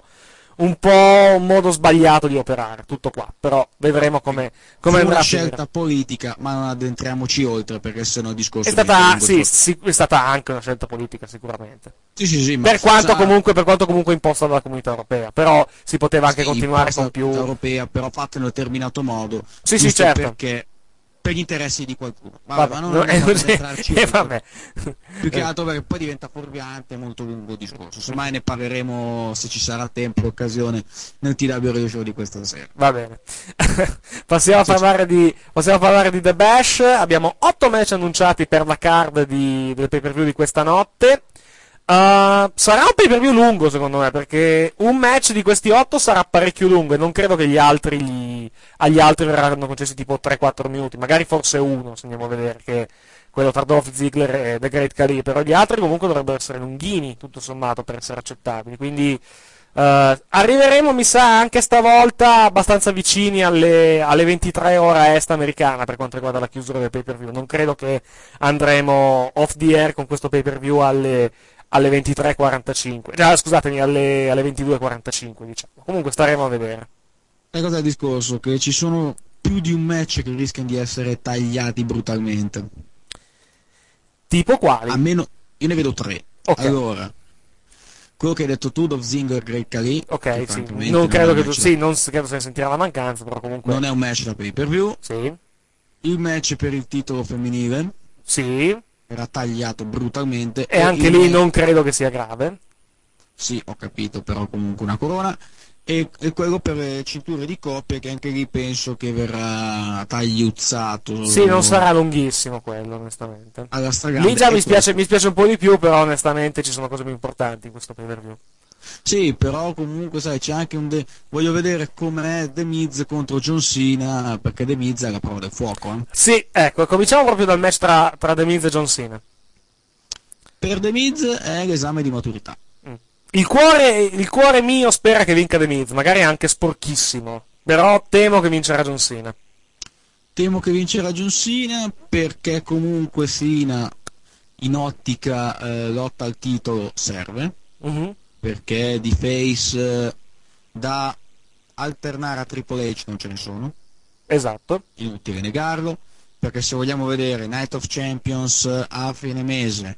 un modo sbagliato di operare, tutto qua. Però vedremo come Fu andrà una a finire. scelta politica, ma non addentriamoci oltre perché sennò il discorso È stata anche una scelta politica sicuramente. Sì, ma Per quanto comunque imposta dalla comunità europea, però si poteva anche continuare con più europea, però fatta in un determinato modo. Sì, giusto certo. Perché per gli interessi di qualcuno. Vabbè, Ma non andiamo ad addentrarci oltre. vabbè. Più che altro perché poi diventa fuorviante, molto lungo il discorso. Semmai ne parleremo se ci sarà tempo e occasione nel TW Radio Show di questa sera. Va bene. Passiamo a parlare di The Bash. Abbiamo 8 match annunciati per la card del pay-per-view di questa notte. Sarà un pay-per-view lungo secondo me, perché un match di questi 8 sarà parecchio lungo e non credo che agli altri verranno concessi tipo 3-4 minuti, magari forse uno, se andiamo a vedere, che quello tra Dolph Ziggler e The Great Khali, però gli altri comunque dovrebbero essere lunghini tutto sommato per essere accettabili, quindi arriveremo mi sa anche stavolta abbastanza vicini alle 23 ora est americana per quanto riguarda la chiusura del pay-per-view. Non credo che andremo off the air con questo pay-per-view alle 23:45, scusatemi, alle 22:45 diciamo. Comunque staremo a vedere. E cosa è il discorso? Che ci sono più di un match che rischiano di essere tagliati brutalmente. Tipo quali? Almeno io ne vedo 3. Ok. Allora, quello che hai detto tu, Dolph Ziggler, Great Khali. Ok, sì. francamente Non credo che è non credo se ne sentirà la mancanza, però comunque non è un match da pay-per-view. Sì. Il match per il titolo femminile Sì. era tagliato brutalmente. E anche lì non credo che sia grave. Sì, ho capito, però comunque una corona. E quello per le cinture di coppia, che anche lì penso che verrà tagliuzzato. Sì, non sarà lunghissimo quello, onestamente. Alla stragrande. Lì già mi questo. spiace un po' di più, però onestamente ci sono cose più importanti in questo pay-per-view. Sì, però comunque sai, c'è anche voglio vedere com'è The Miz contro John Cena, perché The Miz è la prova del fuoco. Sì, ecco, cominciamo proprio dal match tra The Miz e John Cena. Per The Miz è l'esame di maturità. Il cuore mio spera che vinca The Miz, magari anche sporchissimo, però temo che vincerà John Cena. Temo che vincerà John Cena perché comunque Cena in ottica lotta al titolo serve, perché di face da alternare a Triple H non ce ne sono. Esatto. Inutile negarlo, perché se vogliamo vedere Night of Champions a fine mese,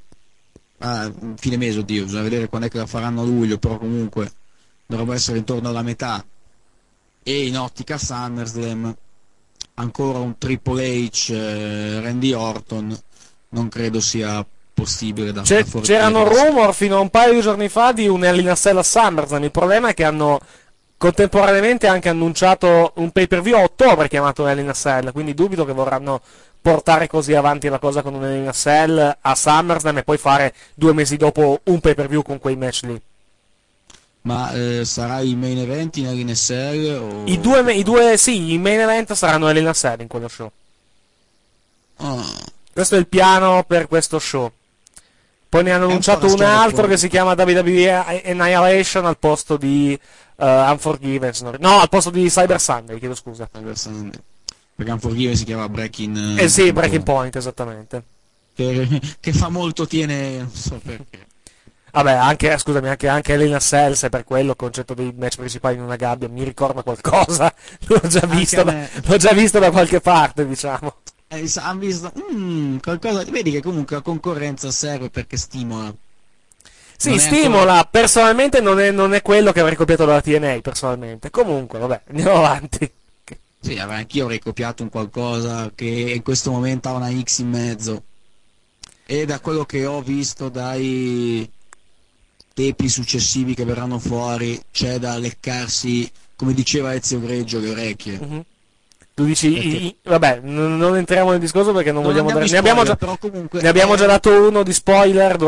oddio, bisogna vedere quando è che la faranno a luglio, però comunque dovrebbe essere intorno alla metà, e in ottica SummerSlam ancora un Triple H Randy Orton non credo sia possibile da c'erano rumor fino a un paio di giorni fa di un Hell in a Cell a SummerSlam. Il problema è che hanno contemporaneamente anche annunciato un pay-per-view a ottobre chiamato Hell in a Cell, quindi dubito che vorranno portare così avanti la cosa con un Hell in a Cell a SummerSlam e poi fare 2 mesi dopo un pay-per-view con quei match lì. Ma sarà il main event in Hell in a Cell? O... I main event saranno Hell in a Cell in quello show. Questo è il piano per questo show. Poi ne hanno annunciato un altro che si chiama WWE Annihilation al posto di Unforgiven, al posto di Cyber Sunday, chiedo scusa. Cyber Sunday. Perché Unforgiven si chiama Breaking sì, Breaking Point, esattamente. Che fa molto tiene, non so perché. Vabbè, anche Elena Cells è per quello il concetto dei match principali in una gabbia, mi ricorda qualcosa, l'ho già visto da qualche parte, diciamo. hanno visto qualcosa, vedi che comunque la concorrenza serve perché stimola. Sì, Non è stimola, ancora- personalmente non è quello che avrei copiato dalla TNA, personalmente. Comunque, vabbè, andiamo avanti. Sì, anch'io avrei copiato un qualcosa che in questo momento ha una X in mezzo. E da quello che ho visto dai tepi successivi che verranno fuori, c'è da leccarsi, come diceva Ezio Greggio, le orecchie. Mhm. Tu dici, Perché- vabbè, non entriamo nel discorso perché non vogliamo andiamo dare. in Ne abbiamo spoiler, già, però comunque ne abbiamo già dato uno di spoiler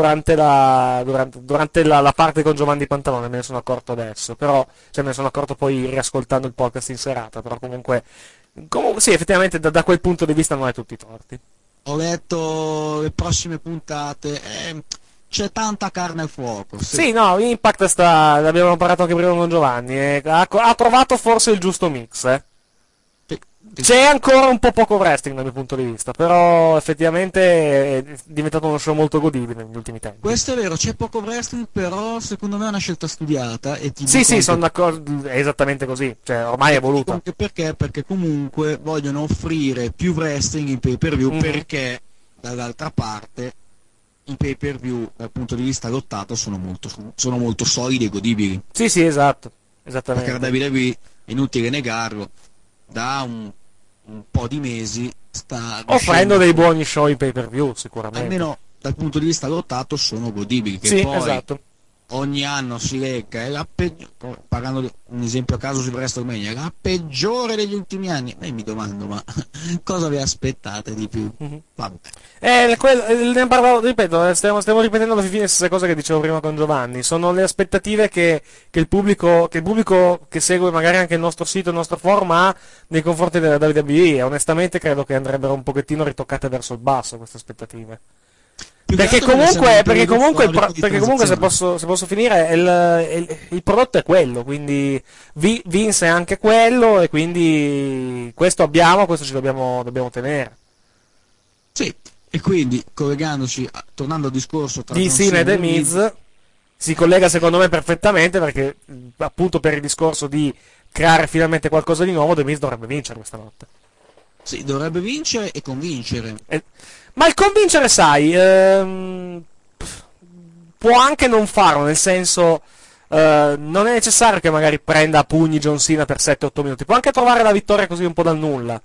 durante la parte con Giovanni Pantalone, me ne sono accorto adesso, però, cioè me ne sono accorto poi riascoltando il podcast in serata, però comunque sì, effettivamente da quel punto di vista non hai tutti i torti. ho letto le prossime puntate, c'è tanta carne al fuoco. Sì, no, Impact abbiamo parlato anche prima con Giovanni, ha trovato forse il giusto mix, eh. C'è ancora un po' poco wrestling dal mio punto di vista, però effettivamente è diventato uno show molto godibile negli ultimi tempi. Questo è vero, c'è poco wrestling, però secondo me è una scelta studiata e ti Sì, dico sì, anche- sono d'accordo, è esattamente così, cioè ormai è ti dico voluta. anche perché comunque vogliono offrire più wrestling in pay per view, Mhm. perché dall'altra parte i pay per view dal punto di vista lottato sono molto solidi e godibili. Sì, sì, esatto, Perché la esattamente. WWE, è inutile negarlo, da un po' di mesi sta Offrendo riuscendo, dei buoni show in pay per view, sicuramente. almeno dal punto di vista lottato, sono godibili. Che Sì, poi esatto. ogni anno si lecca, è la parlando di un esempio a caso su WrestleMania, la peggiore degli ultimi anni. E mi domando, ma cosa vi aspettate di più? Mhm. Vabbè. Ne parlavo, ripeto, stiamo ripetendo alla fine le stesse cose che dicevo prima con Giovanni. Sono le aspettative che il pubblico che segue magari anche il nostro sito, il nostro forum ha nei confronti della WWE. E onestamente credo che andrebbero un pochettino ritoccate verso il basso queste aspettative. Più che Perché altro deve essere comunque, un perché periodo comunque, storico di perché comunque se transizione. posso finire, il prodotto è quello, quindi Vince è anche quello, e quindi questo abbiamo, questo ci dobbiamo tenere. Sì, e quindi tornando al discorso tra Di John Cena e Cena The Miz si collega secondo me perfettamente perché appunto per il discorso di creare finalmente qualcosa di nuovo, The Miz dovrebbe vincere questa notte. sì, dovrebbe vincere e convincere. Ma il convincere, sai, può anche non farlo, nel senso, non è necessario che magari prenda a pugni John Cena per 7-8 minuti, può anche trovare la vittoria così un po' dal nulla.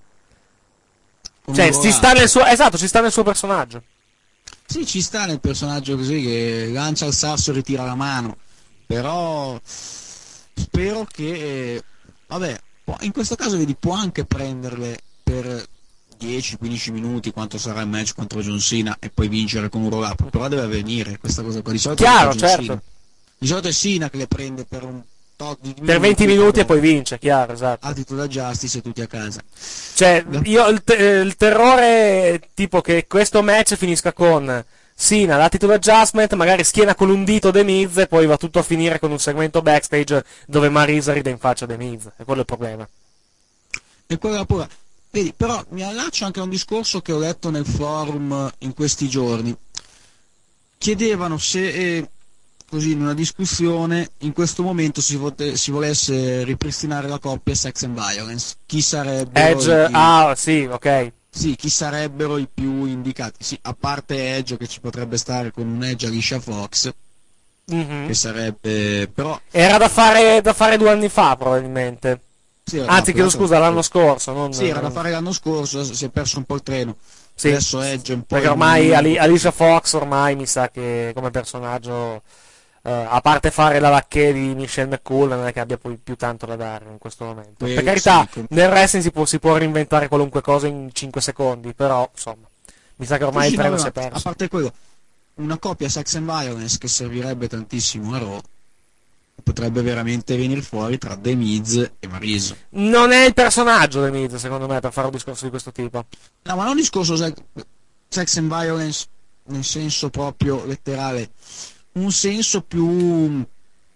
Con Cioè, un ci sta rollato. nel suo, esatto, ci sta nel suo personaggio. Sì, ci sta nel personaggio così che lancia il sasso e ritira la mano, però spero che, vabbè, in questo caso vedi, può anche prenderle per 10-15 minuti, quanto sarà il match contro John Cena, e poi vincere con un roll up, però deve avvenire questa cosa qua. Di solito Chiaro, è John certo. Cena. Di solito è Cena che le prende per un tot di Per 20 minuti e però poi vince, chiaro, esatto. altitude da Justice e tutti a casa. Cioè, io il terrore è tipo che questo match finisca con Cena, l'attitude adjustment, magari schiena con un dito The Miz e poi va tutto a finire con un segmento backstage dove Marisa ride in faccia The Miz. E quello è il problema. E quella pure. Vedi, però mi allaccio anche a un discorso che ho letto nel forum in questi giorni. Chiedevano se, così in una discussione, in questo momento si volesse ripristinare la coppia Sex and Violence. Chi sarebbero Edge, sì, ok. sì, chi sarebbero i più indicati? Sì, a parte Edge, che ci potrebbe stare con un Edge Alicia Fox, Mhm. che sarebbe però Era da fare 2 anni fa, probabilmente. sì, Anzi, chiedo scusa, l'anno scorso. Sì, era da fare l'anno scorso, si è perso un po' il treno. Sì, Adesso Edge è un po' perché in- ormai Alicia Fox ormai mi sa che come personaggio, a parte fare la vacchè di Michelle McCool, non è che abbia poi più tanto da dare in questo momento. Per carità, sì, nel wrestling si può reinventare qualunque cosa in 5 secondi, però insomma, mi sa che ormai sì, il treno no, si è a perso. parte quello, una coppia Sex and Violence che servirebbe tantissimo a Raw, potrebbe veramente venire fuori tra The Miz e Maryse. Non è il personaggio The Miz, secondo me, per fare un discorso di questo tipo. No, ma non discorso sex and Violence nel senso proprio letterale, un senso più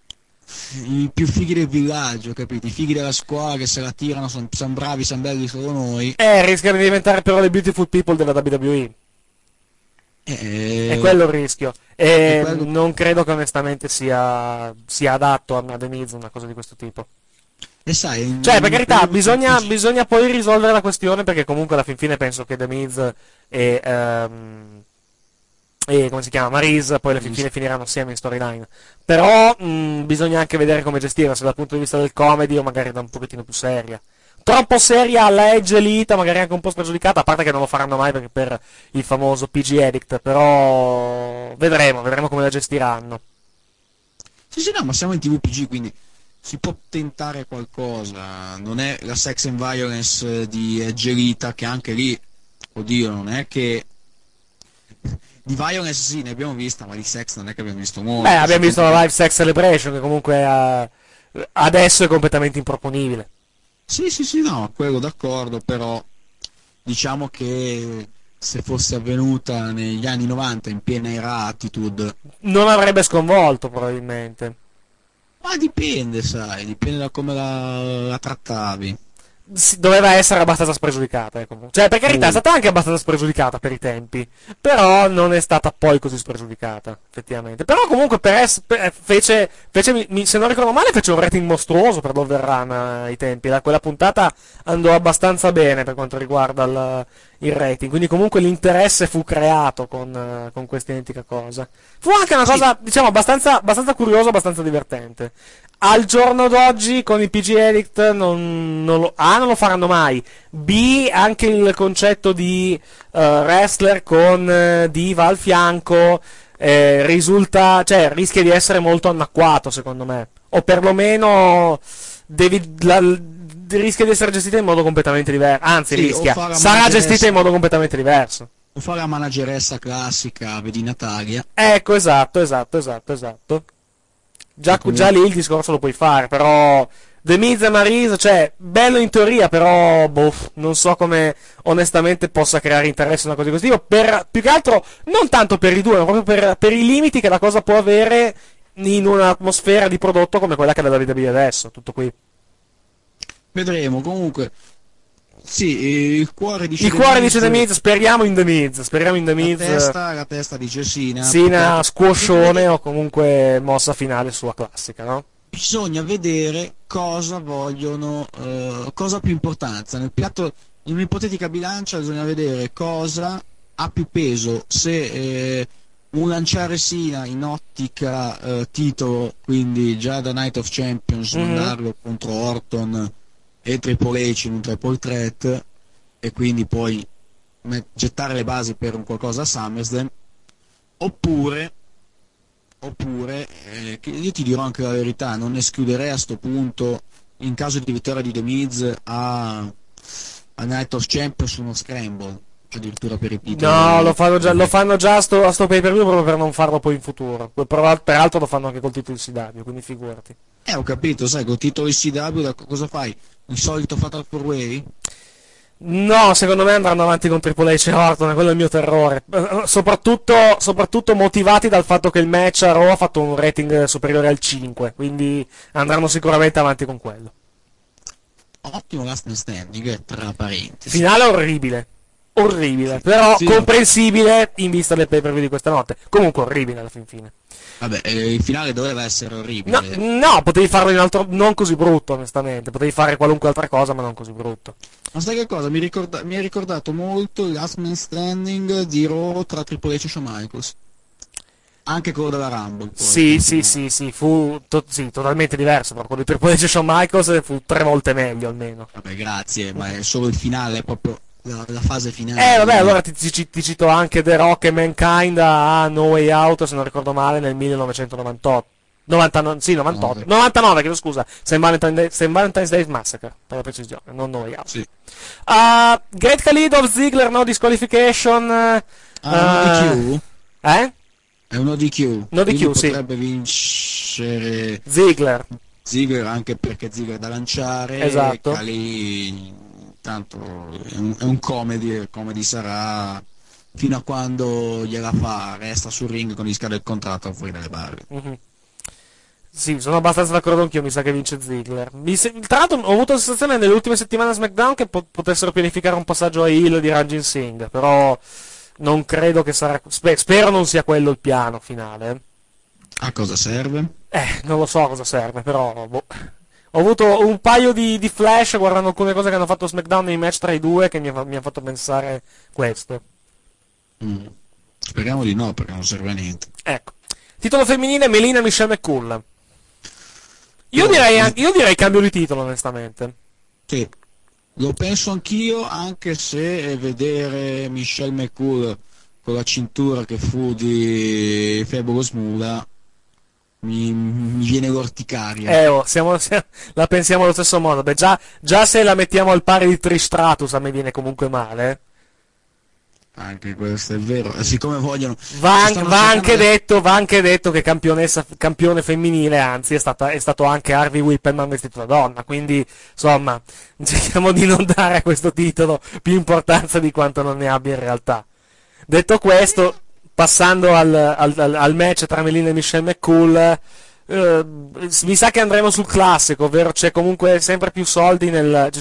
i più fighi del villaggio, capito? I fighi della scuola che se la tirano, sono bravi, sono belli solo noi. Rischia di diventare però le beautiful people della WWE. È quello il rischio. E quello- non credo che onestamente sia adatto a The Miz una cosa di questo tipo. E sai, Cioè, per carità, bisogna bisogna poi risolvere la questione, perché comunque alla fin fine penso che The Miz e come si chiama, Maryse poi alla fin fine finiranno assieme in storyline. Però bisogna anche vedere come gestirla, se dal punto di vista del comedy o magari da un pochettino più seria. Troppo seria alla Edge Elite, magari anche un po' spregiudicata, a parte che non lo faranno mai perché per il famoso PG Edict, però vedremo come la gestiranno. Sì, no, ma siamo in TVPG, quindi si può tentare qualcosa. Non è la sex and violence di Edge Elite, che anche lì, oddio, non è che di violence sì, ne abbiamo vista, ma di sex non è che abbiamo visto molto. Beh, abbiamo visto la Live Sex Celebration, che comunque adesso è completamente improponibile. Sì, no, quello d'accordo, però diciamo che se fosse avvenuta negli anni 90 in piena era Attitude, Non avrebbe sconvolto, probabilmente. ma dipende, sai, dipende da come la trattavi. Doveva essere abbastanza spregiudicata, comunque. Cioè, per carità, è stata anche abbastanza spregiudicata per i tempi, però non è stata poi così spregiudicata, effettivamente. Però comunque fece se non ricordo male, fece un rating mostruoso per l'Overrun ai tempi. Quella puntata andò abbastanza bene per quanto riguarda il rating, quindi comunque l'interesse fu creato con questa identica cosa. Fu anche una cosa, diciamo, abbastanza curiosa, abbastanza divertente. Al giorno d'oggi con i PG Edict non lo faranno mai. B, anche il concetto di wrestler con diva al fianco rischia di essere molto anacquato, secondo me. O perlomeno rischia di essere gestita in modo completamente diverso. Anzi, sarà gestita in modo completamente diverso. O fare la manageressa classica, vedi Natalia. Ecco, esatto. Già lì il discorso lo puoi fare, però The Miz e Maryse, cioè, bello in teoria, però non so come onestamente possa creare interesse una cosa di questo tipo, più che altro non tanto per i due, ma proprio per i limiti che la cosa può avere in un'atmosfera di prodotto come quella che è la WWE adesso, tutto qui. Vedremo, comunque. Sì, il cuore dice The Miz, speriamo in The Miz. La testa dice Sina. Sina, squoscione o comunque mossa finale sua classica, no? Bisogna vedere cosa vogliono, cosa ha più importanza. In un'ipotetica bilancia bisogna vedere cosa ha più peso, se un lanciare Sina in ottica titolo, quindi già da Night of Champions, mandarlo contro Orton e Triple H in un triple threat e quindi poi gettare le basi per un qualcosa a SummerSlam, oppure che io ti dirò anche la verità, non escluderei a sto punto, in caso di vittoria di The Miz a Night of Champions, uno scramble addirittura per i titoli. No, lo fanno già a sto pay per view proprio per non farlo poi in futuro. Peraltro lo fanno anche col titolo di CW, quindi figurati. Ho capito, sai, col titolo di CW cosa fai? Il solito Fatal 4-Way? No, secondo me andranno avanti con Triple H e Orton, quello è il mio terrore. Soprattutto motivati dal fatto che il match a Raw ha fatto un rating superiore al 5, quindi andranno sicuramente avanti con quello. Ottimo last man standing, tra parentesi. Finale orribile, però sì, comprensibile in vista del pay per view di questa notte. Comunque orribile alla fin fine. Vabbè, il finale doveva essere orribile. No, potevi farlo in altro, non così brutto, onestamente. Potevi fare qualunque altra cosa, ma non così brutto. Ma sai che cosa? Mi ha ricordato molto il last man standing di Raw tra Triple H e Shawn Michaels. Anche quello della Rumble. Poi, sì, fu totalmente diverso, però quello di Triple H e Shawn Michaels fu 3 volte meglio almeno. Vabbè, grazie, ma è solo il finale, è proprio la fase finale. Vabbè, allora ti cito anche The Rock e Mankind a No Way Out, se non ricordo male, nel 1998. 99, chiedo scusa, St. Valentine's Day Massacre, per la precisione, non No Way Out. Sì. Great Khali of Ziggler, no disqualification. DQ? È uno DQ. No DQ, sì. Potrebbe vincere Ziggler, anche perché Ziggler da lanciare. Esatto. Khali, tanto è un comedy, il comedy sarà fino a quando gliela fa, resta sul ring con gli scade il contratto fuori dalle barre. Sì, sono abbastanza d'accordo anch'io, mi sa che vince Ziggler. Tra l'altro ho avuto la sensazione nelle ultime settimane a SmackDown che potessero pianificare un passaggio a heel di Ranjin Singh, però non credo che sarà... Spero non sia quello il piano finale. A cosa serve? Non lo so a cosa serve, però... Ho avuto un paio di flash guardando alcune cose che hanno fatto SmackDown nei match tra i due che mi ha fatto pensare questo. Speriamo di no, perché non serve a niente. Ecco. Titolo femminile, Melina Michelle McCool. Io direi cambio di titolo, onestamente. Sì, lo penso anch'io, anche se vedere Michelle McCool con la cintura che fu di Fabulous Moolah mi viene l'orticaria. La pensiamo allo stesso modo. Beh, già se la mettiamo al pari di Trish Stratus a me viene comunque male. Anche questo è vero. Siccome vogliono. Va anche detto che campione femminile, anzi, è stato anche Harvey Whippleman vestito da donna. Quindi, insomma, cerchiamo di non dare a questo titolo più importanza di quanto non ne abbia in realtà. Detto questo, passando al match tra Melina e Michelle McCool, mi sa che andremo sul classico, ovvero ci sono comunque sempre più soldi nel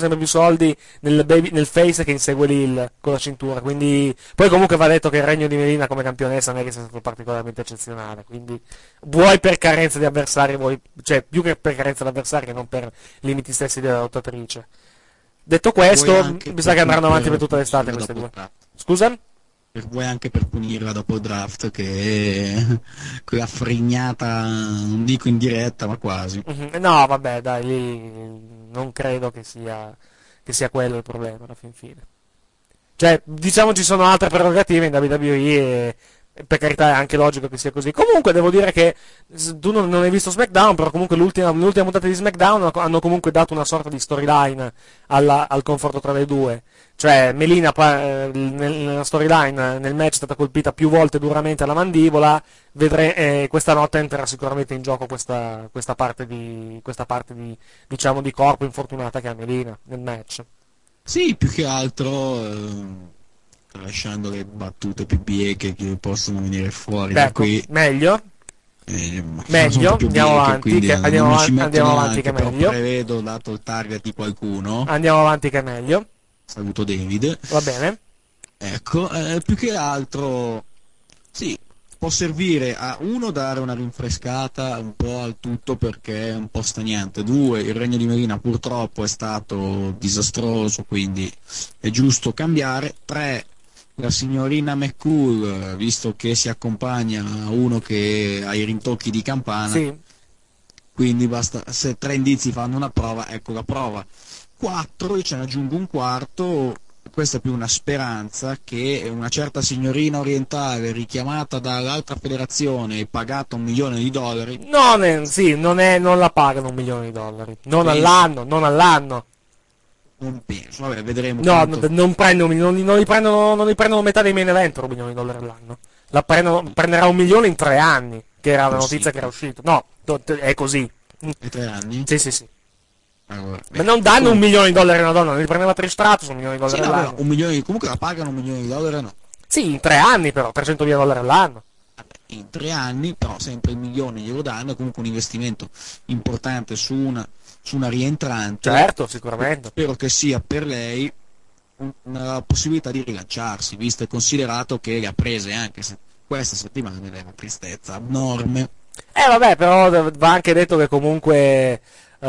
face che insegue l'Hill con la cintura, quindi poi comunque va detto che il regno di Melina come campionessa non è che sia stato particolarmente eccezionale, quindi vuoi per carenza di avversari, cioè più che per carenza di avversari che non per limiti stessi della lottatrice. Detto questo, mi sa che andranno avanti per tutta l'estate queste due. Scusa? Vuoi anche per punirla dopo il draft, che quella frignata, non dico in diretta, ma quasi. No, vabbè, dai, lì non credo che sia quello il problema alla fin fine. Cioè, diciamo ci sono altre prerogative in WWE e per carità è anche logico che sia così. Comunque devo dire che tu non hai visto SmackDown, però comunque l'ultima puntata di SmackDown hanno comunque dato una sorta di storyline al confronto tra le due. Cioè, Melina nella storyline, nel match è stata colpita più volte duramente alla mandibola, questa notte entrerà sicuramente in gioco questa parte di diciamo di corpo infortunata che ha Melina nel match. Sì, più che altro lasciando le battute più bieche che possono venire fuori da qui. Meglio? Meglio, andiamo avanti, andiamo avanti che è meglio. Prevedo, dato il target di qualcuno. Andiamo avanti che è meglio. Saluto David. Va bene. Ecco, più che altro, sì, può servire a uno dare una rinfrescata un po' al tutto perché è un po' stagnante. Due, il regno di Melina purtroppo è stato disastroso, quindi è giusto cambiare. Tre, la signorina McCool, visto che si accompagna a uno che ha i rintocchi di campana, sì. Quindi basta, se tre indizi fanno una prova, ecco la prova. 4, io ce ne aggiungo un quarto, questa è più una speranza, che una certa signorina orientale richiamata dall'altra federazione e pagata $1 milione. Non la pagano $1 milione, non all'anno. Non penso, vabbè, vedremo. No, tanto. non li prendono metà dei main event $1 milione all'anno. Prenderà $1 milione in 3 anni, che era la notizia che era uscita. No, è così. E 3 anni? Sì. Allora, ma non danno $1 milione a una donna, non li prendeva Trish Stratus $1 milione all'anno. No, $1 milione, comunque la pagano $1 milione, no? Sì, in 3 anni però, $300.000 all'anno. In 3 anni, però sempre $1 milione glielo danno, è comunque un investimento importante su una rientrante. Certo, sicuramente. Spero che sia per lei una possibilità di rilanciarsi, visto e considerato che le ha prese anche questa settimana ed è una tristezza abnorme. Vabbè, però va anche detto che comunque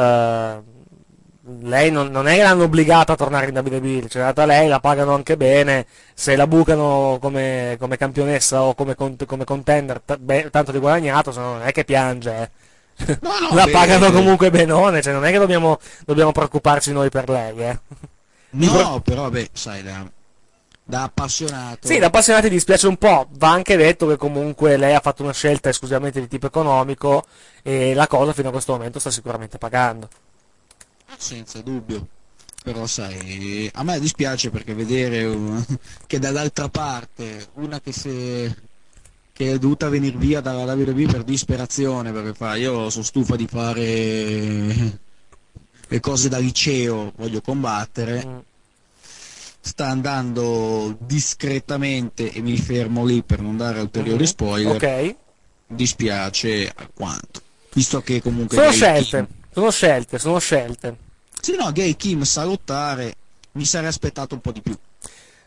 lei non è che l'hanno obbligata a tornare in WWE, cioè data lei la pagano anche bene, se la bucano come campionessa o come contender, tanto di guadagnato, se no non è che piange, No, la pagano comunque benone, cioè non è che dobbiamo preoccuparci noi per lei, No, però vabbè, sai, da appassionato. Sì, da appassionati dispiace un po', va anche detto che comunque lei ha fatto una scelta esclusivamente di tipo economico e la cosa fino a questo momento sta sicuramente pagando. Senza dubbio, però sai, a me dispiace perché vedere che dall'altra parte una che è dovuta venire via dalla WWE per disperazione, perché io sono stufa di fare le cose da liceo, voglio combattere, sta andando discretamente e mi fermo lì per non dare ulteriori spoiler. Ok. Dispiace alquanto, visto che comunque sono scelte. Sì, no, Gail Kim sa lottare, mi sarei aspettato un po' di più.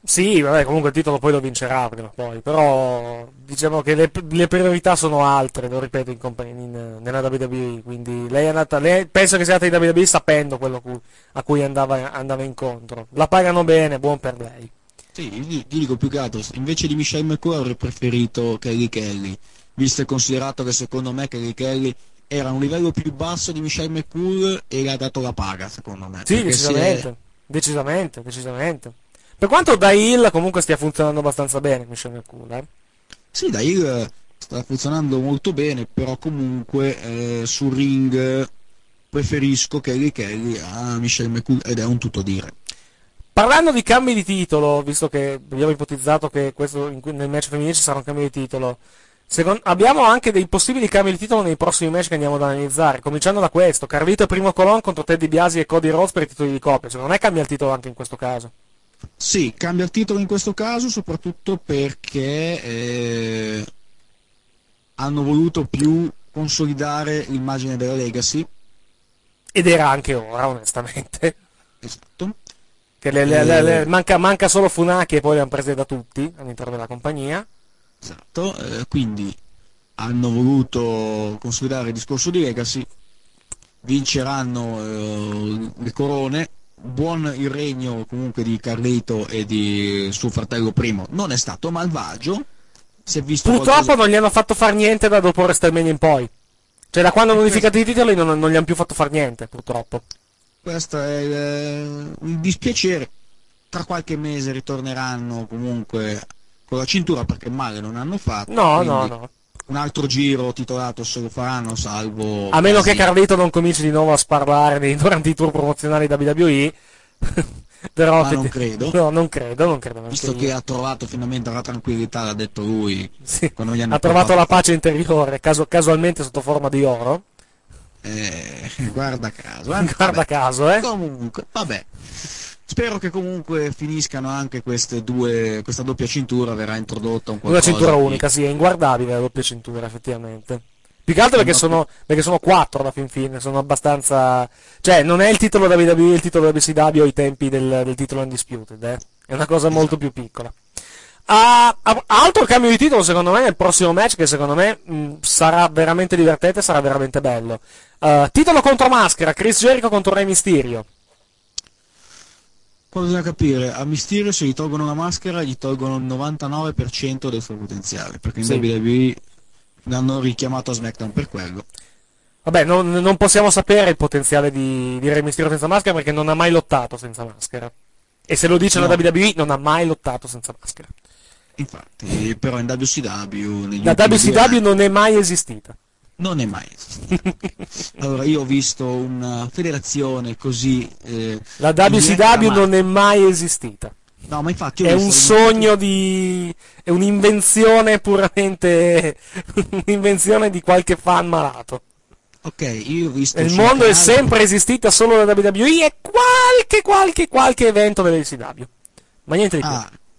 Sì, vabbè, comunque il titolo poi lo vincerà prima o poi, però diciamo che le priorità sono altre, lo ripeto, nella WWE, quindi lei penso che sia andata in WWE sapendo quello a cui andava incontro. La pagano bene, buon per lei. Sì, ti dico più che altro, invece di Michelle McCool avrei preferito Kelly Kelly, visto e considerato che secondo me Kelly Kelly era a un livello più basso di Michelle McCool e le ha dato la paga, secondo me. Sì, Perché decisamente. Per quanto da heel comunque stia funzionando abbastanza bene Michelle McCool, eh? Sì, da heel sta funzionando molto bene, però comunque sul ring preferisco Kelly Kelly a Michelle McCool ed è un tutto dire. Parlando di cambi di titolo, visto che abbiamo ipotizzato che nel match femminile ci sarà un cambio di titolo, abbiamo anche dei possibili cambi di titolo nei prossimi match che andiamo ad analizzare, cominciando da questo, Carlito e Primo Colon contro Teddy Biasi e Cody Rhodes per i titoli di coppia, secondo me cambia il titolo anche in questo caso. Sì, cambia il titolo in questo caso soprattutto perché hanno voluto più consolidare l'immagine della Legacy. Ed era anche ora, onestamente. Esatto. Che manca solo Funaki e poi le hanno prese da tutti all'interno della compagnia. Esatto, quindi hanno voluto consolidare il discorso di Legacy, vinceranno le corone, buon il regno comunque di Carlito e di suo fratello Primo, non è stato malvagio, si è visto Purtroppo non gli hanno fatto far niente da dopo WrestleMania in poi. Cioè da quando hanno unificato i titoli non gli hanno più fatto far niente, purtroppo. Questo è il dispiacere. Tra qualche mese ritorneranno comunque con la cintura perché male non hanno fatto. No. Un altro giro titolato se lo faranno, salvo a meno che Carlito non cominci di nuovo a sparlare durante i tour promozionali da WWE. Però ma non credo. No, non credo. Visto che ha trovato finalmente la tranquillità, l'ha detto lui. Sì, quando gli hanno ha trovato la pace interiore, casualmente sotto forma di oro. Guarda caso, Guarda caso, Comunque, vabbè. Spero che comunque finiscano anche questa doppia cintura, verrà introdotta un qualcosa. Una cintura unica, sì, è inguardabile la doppia cintura, effettivamente. Più che altro perché sono 4 alla fin fine, sono abbastanza. Cioè, non è il titolo da WWE, il titolo da WCW ai tempi del titolo Undisputed, È una cosa molto più piccola. Altro cambio di titolo secondo me nel prossimo match che secondo me sarà veramente divertente, sarà veramente bello. Titolo contro maschera, Chris Jericho contro Rey Mysterio. Qua bisogna capire, a Mysterio se gli tolgono la maschera gli tolgono il 99% del suo potenziale, perché in WWE l'hanno richiamato a SmackDown per quello. Vabbè, non possiamo sapere il potenziale di Rey Mysterio senza maschera perché non ha mai lottato senza maschera. E se lo dice la WWE non ha mai lottato senza maschera. Infatti, però in WCW la WCW non è mai esistita. Non è mai esistita. Allora, io ho visto una federazione così. La WCW non è mai esistita. No, ma infatti è un sogno è un'invenzione puramente. Un'invenzione di qualche fan malato. Ok, io ho visto. Il mondo è sempre esistita solo la WWE e qualche evento della WCW. Ma niente di più.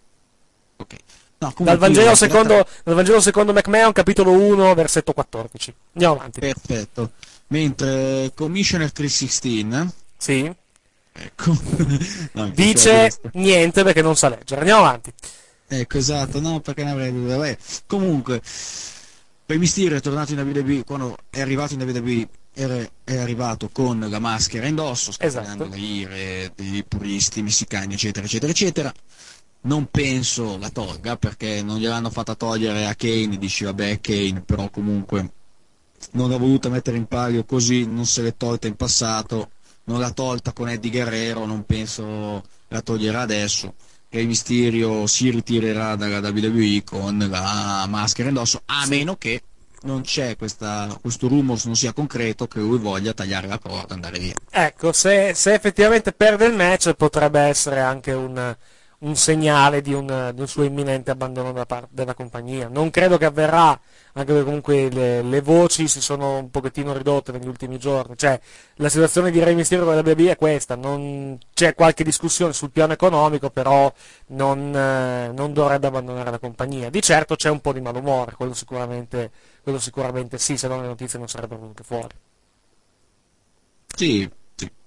Ok. No, dal Vangelo secondo McMahon, capitolo 1, versetto 14. Andiamo avanti. Perfetto. Mentre Commissioner 316 sì. Ecco. No, dice niente perché non sa leggere. Andiamo avanti. Ecco, esatto, no, perché ne avrei dubbi. Comunque, Rey Mysterio è tornato in WWE, quando è arrivato in WWE è arrivato con la maschera indosso, scatenando le ire dei puristi messicani, eccetera, eccetera, eccetera. Non penso la tolga, perché non gliel'hanno fatta togliere a Kane, dici vabbè è Kane, però comunque non l'ha voluta mettere in palio così, non se l'è tolta in passato, non l'ha tolta con Eddie Guerrero, non penso la toglierà adesso. Rey Mysterio si ritirerà dalla WWE con la maschera indosso, a meno che non c'è questo rumors non sia concreto che lui voglia tagliare la corda e andare via. Ecco, se effettivamente perde il match potrebbe essere anche un segnale di un suo imminente abbandono da parte della compagnia. Non credo che avverrà, anche perché comunque le voci si sono un pochettino ridotte negli ultimi giorni. Cioè, la situazione di Rey Mysterio con la WWE è questa, non c'è qualche discussione sul piano economico, però non dovrebbe abbandonare la compagnia. Di certo c'è un po' di malumore, quello sicuramente sì, se no le notizie non sarebbero venute fuori. Sì.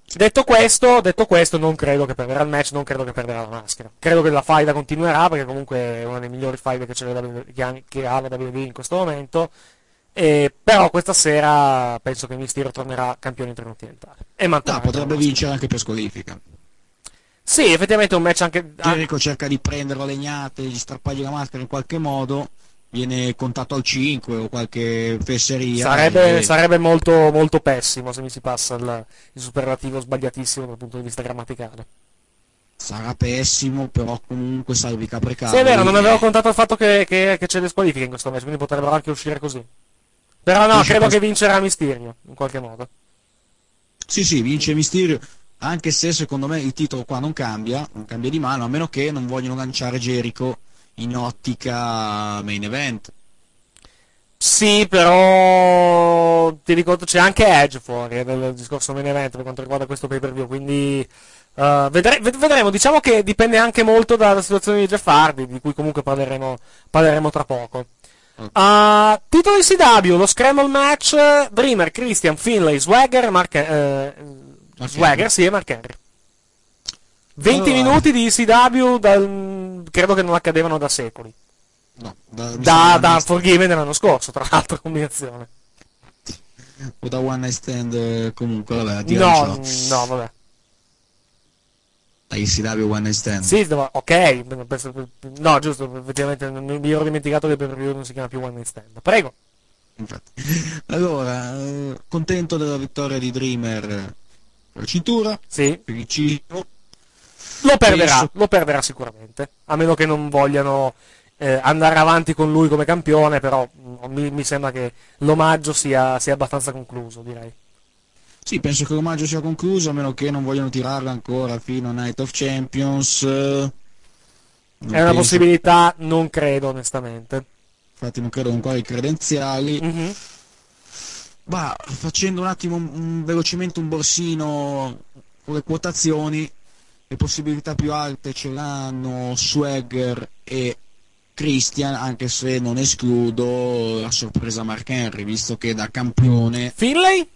Detto questo, non credo che perderà il match, non credo che perderà la maschera. Credo che la faida continuerà, perché comunque è una delle migliori faide che ha la WWE in questo momento. Però questa sera penso che Mysterio tornerà campione intercontinentale. E manterrà potrebbe vincere anche per squalifica. Sì, effettivamente è un match anche... Jericho cerca di prenderlo a legnate, di strappargli la maschera in qualche modo, viene contato al 5 o qualche fesseria. Sarebbe molto, molto pessimo se mi si passa il superlativo sbagliatissimo dal punto di vista grammaticale. Sarà pessimo, però comunque salvi Caprecavoli. Sì, è vero, non avevo contato il fatto che c'è le squalifiche in questo match, quindi potrebbero anche uscire così. Però no, credo che vincerà Mysterio, in qualche modo. Sì, vince Mysterio, anche se secondo me il titolo qua non cambia di mano, a meno che non vogliono lanciare Jericho in ottica main event. Sì, però ti ricordo c'è anche Edge fuori del discorso main event per quanto riguarda questo pay per view, quindi vedremo. Diciamo che dipende anche molto dalla situazione di Jeff Hardy, di cui comunque parleremo tra poco. Titolo CW, lo Scramble match, Dreamer, Christian, Finlay, Swagger e Mark Henry. 20 minuti di CW credo che non accadevano da secoli. No, da Unforgiven dell'anno scorso, tra l'altro, combinazione. O da One Night Stand, comunque, vabbè. No, vabbè. Da ICW One Night Stand. Sì, ok. No, giusto, effettivamente mi ero dimenticato che per non si chiama più One Night Stand. Prego. Infatti. Allora, contento della vittoria di Dreamer per la cintura. Sì. Per il cibo. Lo perderà sicuramente. A meno che non vogliano andare avanti con lui come campione, però mi sembra che l'omaggio sia abbastanza concluso, direi. Sì, penso che l'omaggio sia concluso, a meno che non vogliano tirarlo ancora fino a Night of Champions. È una possibilità, non credo, onestamente. Infatti non credo ancora i credenziali. Mm-hmm. Facendo un attimo velocemente un borsino con le quotazioni, le possibilità più alte ce l'hanno Swagger e Christian, anche se non escludo la sorpresa Mark Henry, visto che da campione... Finlay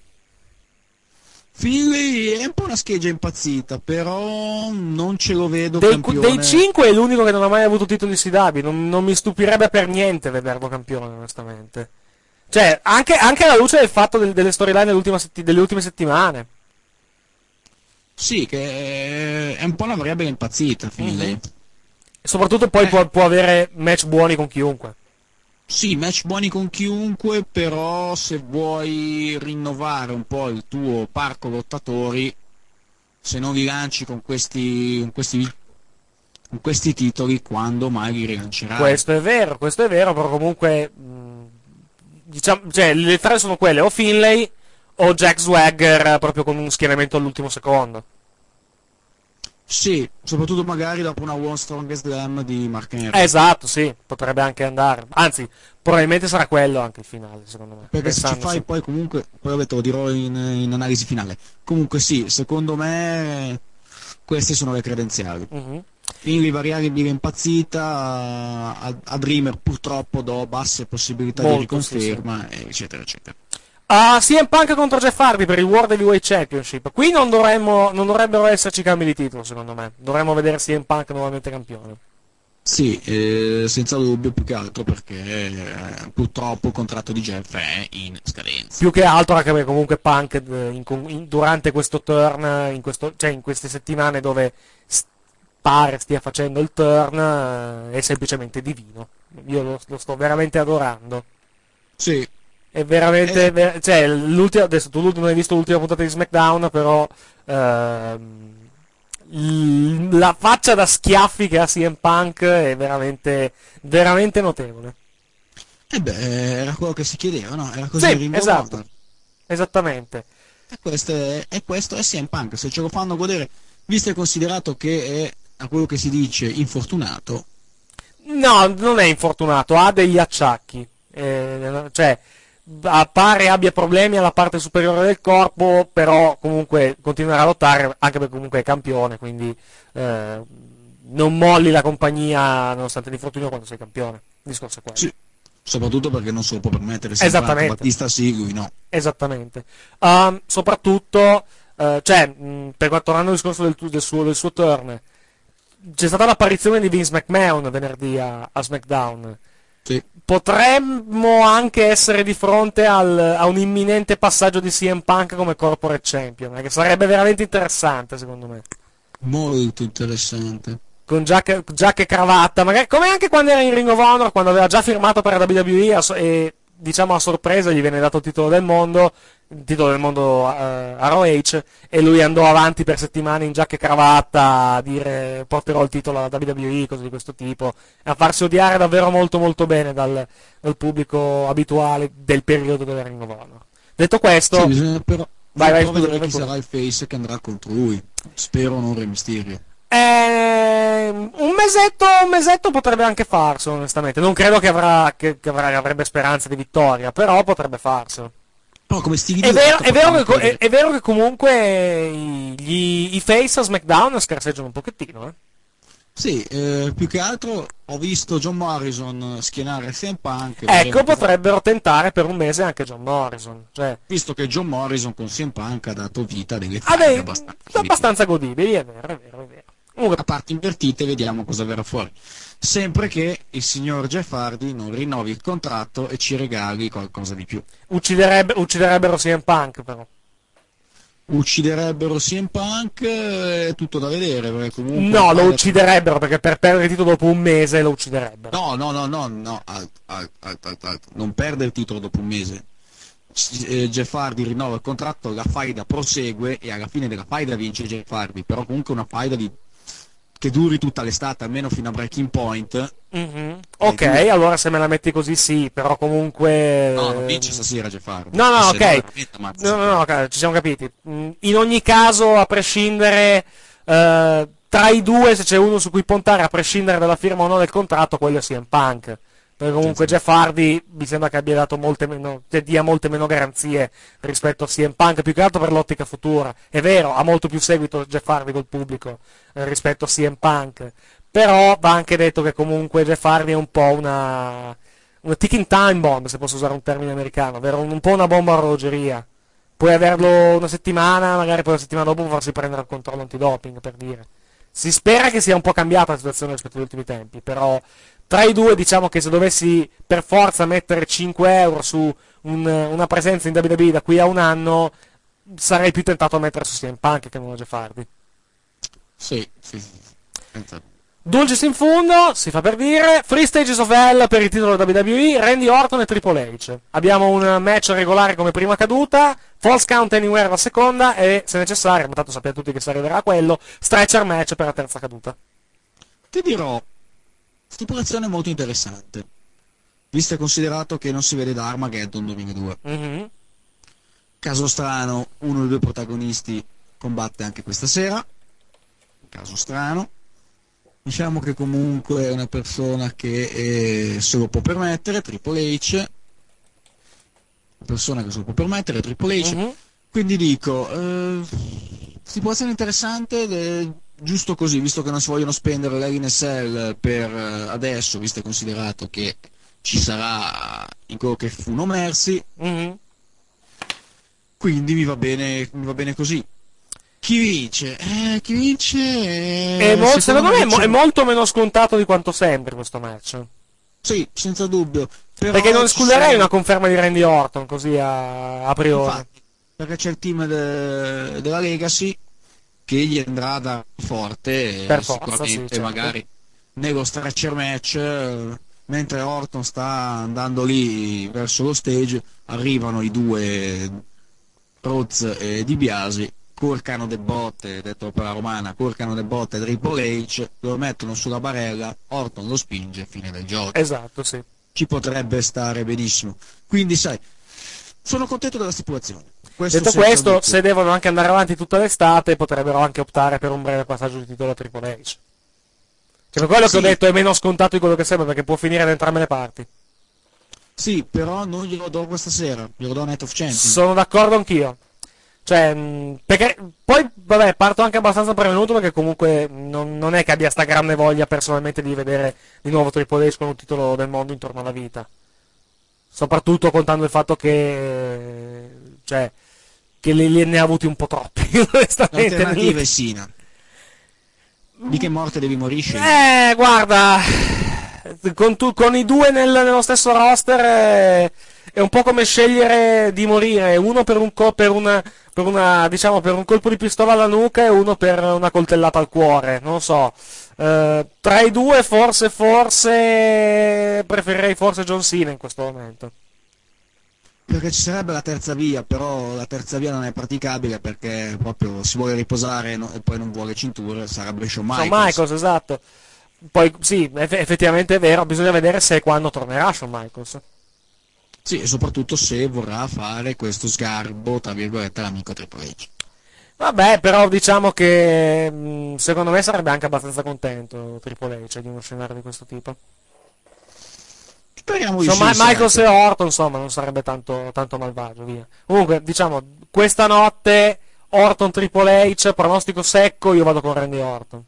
è un po' una scheggia impazzita, però non ce lo vedo campione. Dei 5 è l'unico che non ha mai avuto titoli CW, non mi stupirebbe per niente vederlo campione, onestamente. Cioè, anche alla luce del fatto delle storyline delle ultime settimane. Sì, che è un po' una variabile impazzita, Finlay. Mm-hmm. E soprattutto poi può avere match buoni con chiunque. Sì, match buoni con chiunque, però se vuoi rinnovare un po' il tuo parco lottatori, se non li lanci con questi titoli, quando mai li rilancerai? Questo è vero, però comunque diciamo, cioè, le tre sono quelle, o Finlay o Jack Swagger proprio con un schieramento all'ultimo secondo. Sì, soprattutto magari dopo una One Strongest Slam di Mark Henry. Esatto, sì, potrebbe anche andare. Anzi, probabilmente sarà quello anche il finale, secondo me. Perché se ci fai poi comunque, poi vabbè, te lo dirò in analisi finale. Comunque sì, secondo me queste sono le credenziali. Mm-hmm. Quindi variabile impazzita, a Dreamer purtroppo do basse possibilità di riconferma, sì. Eccetera, eccetera. CM Punk contro Jeff Hardy per il World Heavyweight Championship. Qui non dovrebbero esserci cambi di titolo, secondo me. Dovremmo vedere CM Punk nuovamente campione. Sì, senza dubbio, più che altro perché purtroppo il contratto di Jeff è in scadenza. Più che altro anche perché comunque Punk durante questo turn, in queste settimane dove pare stia facendo il turn, è semplicemente divino. Io lo sto veramente adorando. Sì. È veramente, adesso tu non hai visto l'ultima puntata di SmackDown, però la faccia da schiaffi che ha CM Punk è veramente, veramente notevole. Era quello che si chiedeva, no? Era così, sì, esatto. Esattamente. E questo è CM Punk, se ce lo fanno godere, visto e considerato che è, a quello che si dice, infortunato. No, non è infortunato, ha degli acciacchi. Pare abbia problemi alla parte superiore del corpo, però comunque continuerà a lottare, anche perché comunque è campione, quindi non molli la compagnia nonostante l'infortunio quando sei campione. Il discorso è quello. Sì, soprattutto perché non se lo può permettere. Esattamente. Battista sì, lui no. Esattamente. Soprattutto per quanto riguarda il discorso del suo turn, c'è stata l'apparizione di Vince McMahon venerdì a SmackDown. Sì. Potremmo anche essere di fronte a un imminente passaggio di CM Punk come Corporate Champion, che sarebbe veramente interessante, secondo me. Molto interessante. Con giacca e cravatta, magari come anche quando era in Ring of Honor, quando aveva già firmato per la WWE e diciamo a sorpresa gli viene dato il titolo del mondo ROH, e lui andò avanti per settimane in giacca e cravatta a dire porterò il titolo alla WWE, cose di questo tipo, e a farsi odiare davvero molto molto bene dal pubblico abituale del periodo del Ring of Honor. Detto questo, Sì, bisogna però vai, vedere scusa, chi sarà il face che andrà contro lui. Spero non Re Mysterio. Un mesetto potrebbe anche farselo, onestamente. Non credo che avrebbe speranza di vittoria, però potrebbe farselo. Però come stili È vero che comunque i face a SmackDown scarseggiano un pochettino, eh. Sì, più che altro ho visto John Morrison schienare CM Punk. Ecco, potrebbero tentare per un mese anche John Morrison. Cioè, visto che John Morrison con CM Punk ha dato vita a delle fighe abbastanza godibili, è vero. A parte invertite, vediamo cosa verrà fuori. Sempre che il signor Jeff Hardy non rinnovi il contratto e ci regali qualcosa di più. Ucciderebbero CM Punk, però. Ucciderebbero CM Punk, è tutto da vedere, perché comunque no, lo ucciderebbero, perché per perdere il titolo dopo un mese lo ucciderebbero. No, non perde il titolo dopo un mese. Jeff Hardy rinnova il contratto, la faida prosegue e alla fine della faida vince Jeff Hardy, però comunque una faida che duri tutta l'estate, almeno fino a Breaking Point. Mm-hmm. Ok, allora se me la metti così sì, però comunque... No, non vince stasera Jeff Hardy. No, ok. No, ci siamo capiti. In ogni caso, a prescindere, tra i due, se c'è uno su cui puntare, a prescindere dalla firma o no del contratto, quello è CM Punk. Perché comunque Jeff Hardy mi sembra che abbia dato dia molte meno garanzie rispetto a CM Punk, più che altro per l'ottica futura. È vero, ha molto più seguito Jeff Hardy col pubblico rispetto a CM Punk, però va anche detto che comunque Jeff Hardy è un po' una ticking time bomb, se posso usare un termine americano, ovvero un po' una bomba a orologeria. Puoi averlo una settimana, magari poi la settimana dopo farsi prendere il controllo antidoping, per dire. Si spera che sia un po' cambiata la situazione rispetto agli ultimi tempi, però tra i due diciamo che se dovessi per forza mettere 5 euro su una presenza in WWE da qui a un anno, sarei più tentato a mettere su CM Punk che non a Jeff Hardy. Sì. Dulcis in fondo, si fa per dire, Free Stages of Hell per il titolo WWE, Randy Orton e Triple H. Abbiamo un match regolare come prima caduta, False Count Anywhere la seconda e, se necessario, ma tanto sappiamo tutti che si arriverà a quello, Stretcher match per la terza caduta. Ti dirò, stipulazione molto interessante, visto e considerato che non si vede da Armageddon 2002. Mm-hmm. Caso strano, uno dei due protagonisti combatte anche questa sera. Caso strano. Diciamo che comunque è una persona che se lo può permettere, Triple H. Una persona che se lo può permettere, Triple H. Mm-hmm. Quindi dico, stipulazione interessante, giusto così, visto che non si vogliono spendere l'Hell in a Cell per adesso, visto e considerato che ci sarà in quello che fu No Mercy. Mm-hmm. Quindi mi va bene così. Chi vince? Secondo me è molto meno scontato di quanto sembri questo match. Sì, senza dubbio. Però perché non escluderei una conferma di Randy Orton così a priori. Infatti, perché c'è il team della Legacy che gli andrà da forte per forza, sicuramente, sì, certo. Magari nello stretcher match, mentre Orton sta andando lì verso lo stage, arrivano i due Rhodes e Di Biasi, corcano de botte, detto per la romana, corcano de botte Triple H, lo mettono sulla barella, Orton lo spinge, fine del gioco. Esatto, sì. Ci potrebbe stare benissimo. Quindi sai, sono contento della stipulazione. Detto questo, se devono anche andare avanti tutta l'estate, potrebbero anche optare per un breve passaggio di titolo a Triple H. Cioè, per quello che ho detto è meno scontato di quello che sembra, perché può finire da entrambe le parti. Sì, però non glielo do questa sera, glielo do a Night of Champions. Sono d'accordo anch'io. Cioè, perché poi, vabbè, parto anche abbastanza prevenuto, perché comunque non è che abbia sta grande voglia personalmente di vedere di nuovo Triple H con un titolo del mondo intorno alla vita. Soprattutto contando il fatto che, cioè, che ne ha avuti un po' troppi, onestamente. L'alternativa è Cena. Di che morte devi morire? Guarda, con i due nello stesso roster è un po' come scegliere di morire, uno per un colpo di pistola alla nuca e uno per una coltellata al cuore, non so. Tra i due forse preferirei forse John Cena in questo momento. Perché ci sarebbe la terza via, però la terza via non è praticabile perché proprio si vuole riposare e poi non vuole cinture, sarebbe Shawn Michaels. Shawn Michaels, esatto. Poi sì, effettivamente è vero, bisogna vedere se e quando tornerà Shawn Michaels. Sì, e soprattutto se vorrà fare questo sgarbo, tra virgolette, all'amico Triple H. Vabbè, però diciamo che secondo me sarebbe anche abbastanza contento Triple H di uno scenario di questo tipo. Speriamo di Michaels e Orton, insomma, non sarebbe tanto malvagio, via. Comunque, diciamo, questa notte Orton Triple H, pronostico secco, io vado con Randy Orton.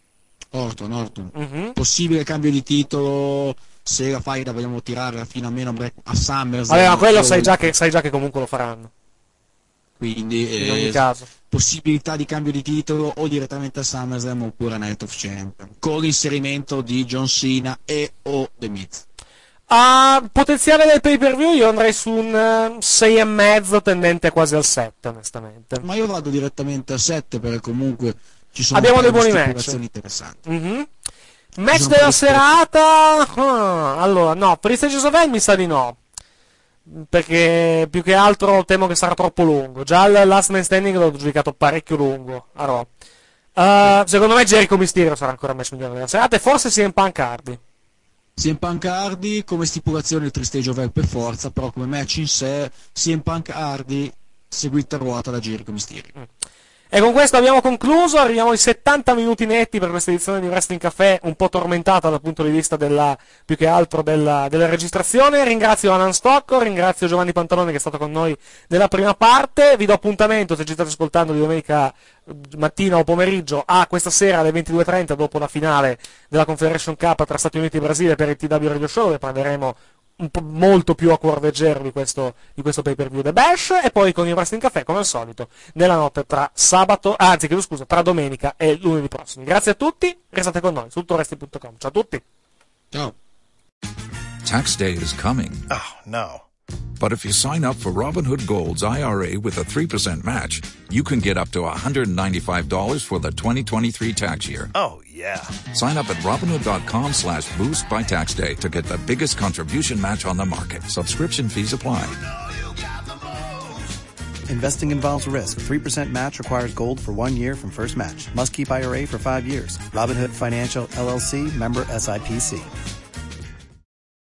Orton. Mm-hmm. Possibile cambio di titolo, se la faida vogliamo tirare fino a meno a SummerSlam. Vabbè, ma quello sai già che comunque lo faranno. Quindi, in ogni caso. Possibilità di cambio di titolo o direttamente a SummerSlam oppure a Night of Champions, con l'inserimento di John Cena e o The Miz. A potenziale del pay per view io andrei su un 6,5 tendente quasi al 7, onestamente. Ma io vado direttamente a 7 perché comunque ci sono abbiamo dei buoni match interessanti. Mm-hmm. Match della serata, allora no, per i Stages of Hell mi sa di no, perché più che altro temo che sarà troppo lungo. Già il Last Man Standing l'ho giudicato parecchio lungo a Raw. Secondo me Jericho Mysterio sarà ancora il match migliore della serata e forse CM Punk Hardy. CM Punk Hardy come stipulazione il 3 Stage of Hell per forza, però come match in sé CM Punk Hardy seguita a ruota da Jericho Mysterio. E con questo abbiamo concluso, arriviamo ai 70 minuti netti per questa edizione di Wrestling Café, un po' tormentata dal punto di vista più che altro della registrazione. Ringrazio Alan Stocco, ringrazio Giovanni Pantalone che è stato con noi nella prima parte, vi do appuntamento, se ci state ascoltando, di domenica mattina o pomeriggio a questa sera alle 22:30 dopo la finale della Confederation Cup tra Stati Uniti e Brasile per il TW Radio Show, dove parleremo un po' molto più a cuor leggero di questo pay per view The Bash, e poi con il Wrestling Café come al solito nella notte tra tra domenica e lunedì prossimi. Grazie a tutti, restate con noi su tutowrestling.com. Ciao a tutti. Ciao. Tax day is coming. Oh, no. But if you sign up for Robinhood Gold's IRA with a 3% match, you can get up to $195 for the 2023 tax year. Oh, yeah. Sign up at Robinhood.com/boost by tax day to get the biggest contribution match on the market. Subscription fees apply. Investing involves risk. 3% match requires gold for 1 year from first match. Must keep IRA for 5 years. Robinhood Financial, LLC, member SIPC.